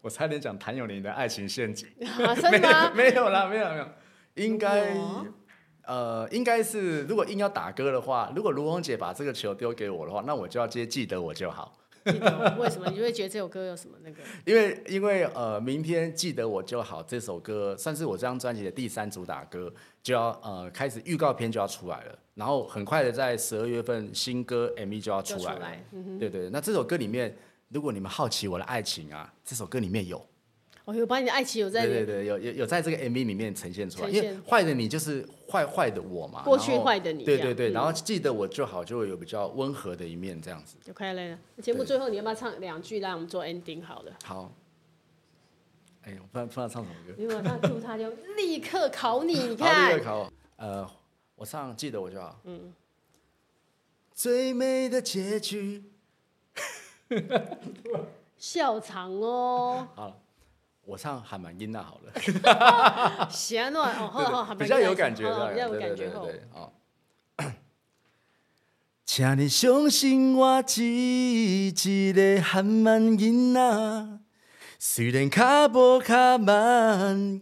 我差点讲谭咏麟的爱情陷阱， 啊，真的吗？ 没有啦，没有没有，应该呃应该是如果硬要打歌的话，如果卢红姐把这个球丢给我的话，那我就要接记得我就好。 记得为什么你就会觉得这首歌有什么那个？ 因为因为呃，明天记得我就好这首歌算是我这张专辑的第三主打歌，就要呃开始预告片就要出来了，然后很快的在十二月份新歌 M V 就要出来了。 出来嗯、 对对，那这首歌里面，如果你们好奇我的爱情啊，这首歌里面有。 哦，有把你的爱情有在对对对，有有有在这个 M V 里面呈现出来， 呈现因为坏的你就是坏坏的我嘛， 过去坏的你， 对对对， 嗯、 然后记得我就好，就会有比较温和的一面这样子。 就快乐了。节目最后你要不要唱两句，让我们做 ending 好了？ 好。哎，我不知道不知道唱什么歌。 如果唱 Q 他就立刻考你，你看。 好，立刻考我。呃，我唱记得我就好。嗯。最美的结局。 笑场哦。 好了。我唱喊满音那好了， 行啊，哦，好好， 比较有感觉， 比较有感觉哦。请你相信我是一个喊慢囡仔，虽然脚步较慢，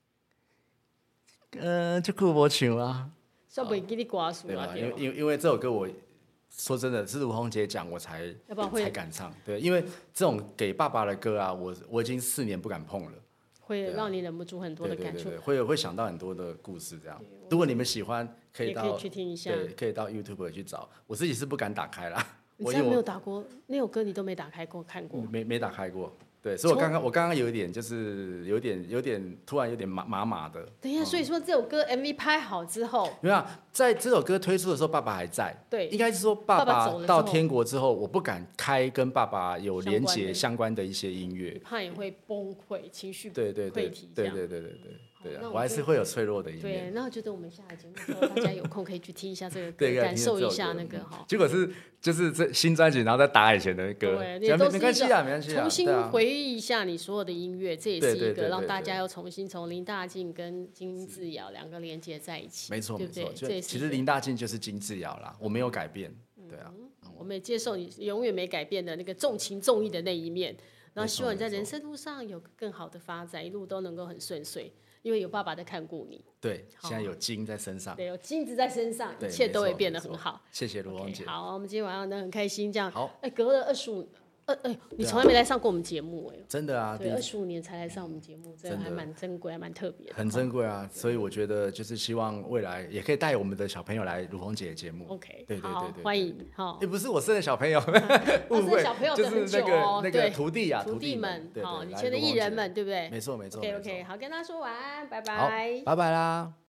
呃，这句无唱啊， 煞袂记你歌词啊， 因为因为因为这首歌我。说真的，是卢红姐讲我才才敢唱，对，因为这种给爸爸的歌啊，我我已经四年不敢碰了， 会让你忍不住很多的感触， 对对对对，会会想到很多的故事这样。如果你们喜欢，可以到也可以去听一下， 对，可以到 YouTube 去找。我自己是不敢打开啦， 你真的没有打过那首歌，你都没打开过看过？ 没没打开过。对，所以我刚刚我刚刚有一点就是有点有点突然有点麻麻麻的。 等一下，所以说这首歌 M V 拍好之后， 没有啊，在这首歌推出的时候，爸爸还在。 对， 应该是说爸爸到天国之后，我不敢开跟爸爸有连结相关的一些音乐， 怕也会崩溃，情绪对对对溃堤对对对对对对啊，我还是会有脆弱的一面。 对，那我觉得我们下来节目之后，大家有空可以去听一下这个歌，感受一下那个哈。 结果是就是这新专辑，然后再打以前的歌， 对， 没关系啊，没关系啊。 重新回忆一下你所有的音乐，这也是一个让大家要重新从林大靖跟金智瑶两个连接在一起。 没错没错， 这其实林大靖就是金智瑶啦，我没有改变，对啊。 我们也接受你永远没改变的那个重情重义的那一面，然后希望你在人生路上有更好的发展，一路都能够很顺遂。因为有爸爸在看顾你， 对，现在有金在身上， 对，有金子在身上，一切都会变得很好。 谢谢卢红姐。 好，我们今天晚上呢很开心，这样。 好， 哎，隔了二十五，呃，哎，你从来没来上过我们节目，哎， 真的啊， 对，二十五年才来上我们节目，这还蛮珍贵，还蛮特别的， 很珍贵啊。所以我觉得就是希望未来也可以带我们的小朋友来卢红姐的节目。 OK， 对对对对， 欢迎。好， 也不是我生的小朋友，误会，就是那个那个徒弟啊， 徒弟们， 好， 以前的艺人们，对不对？ 没错没错。 OK OK， 好，跟大家说晚安，拜拜。 好，拜拜啦。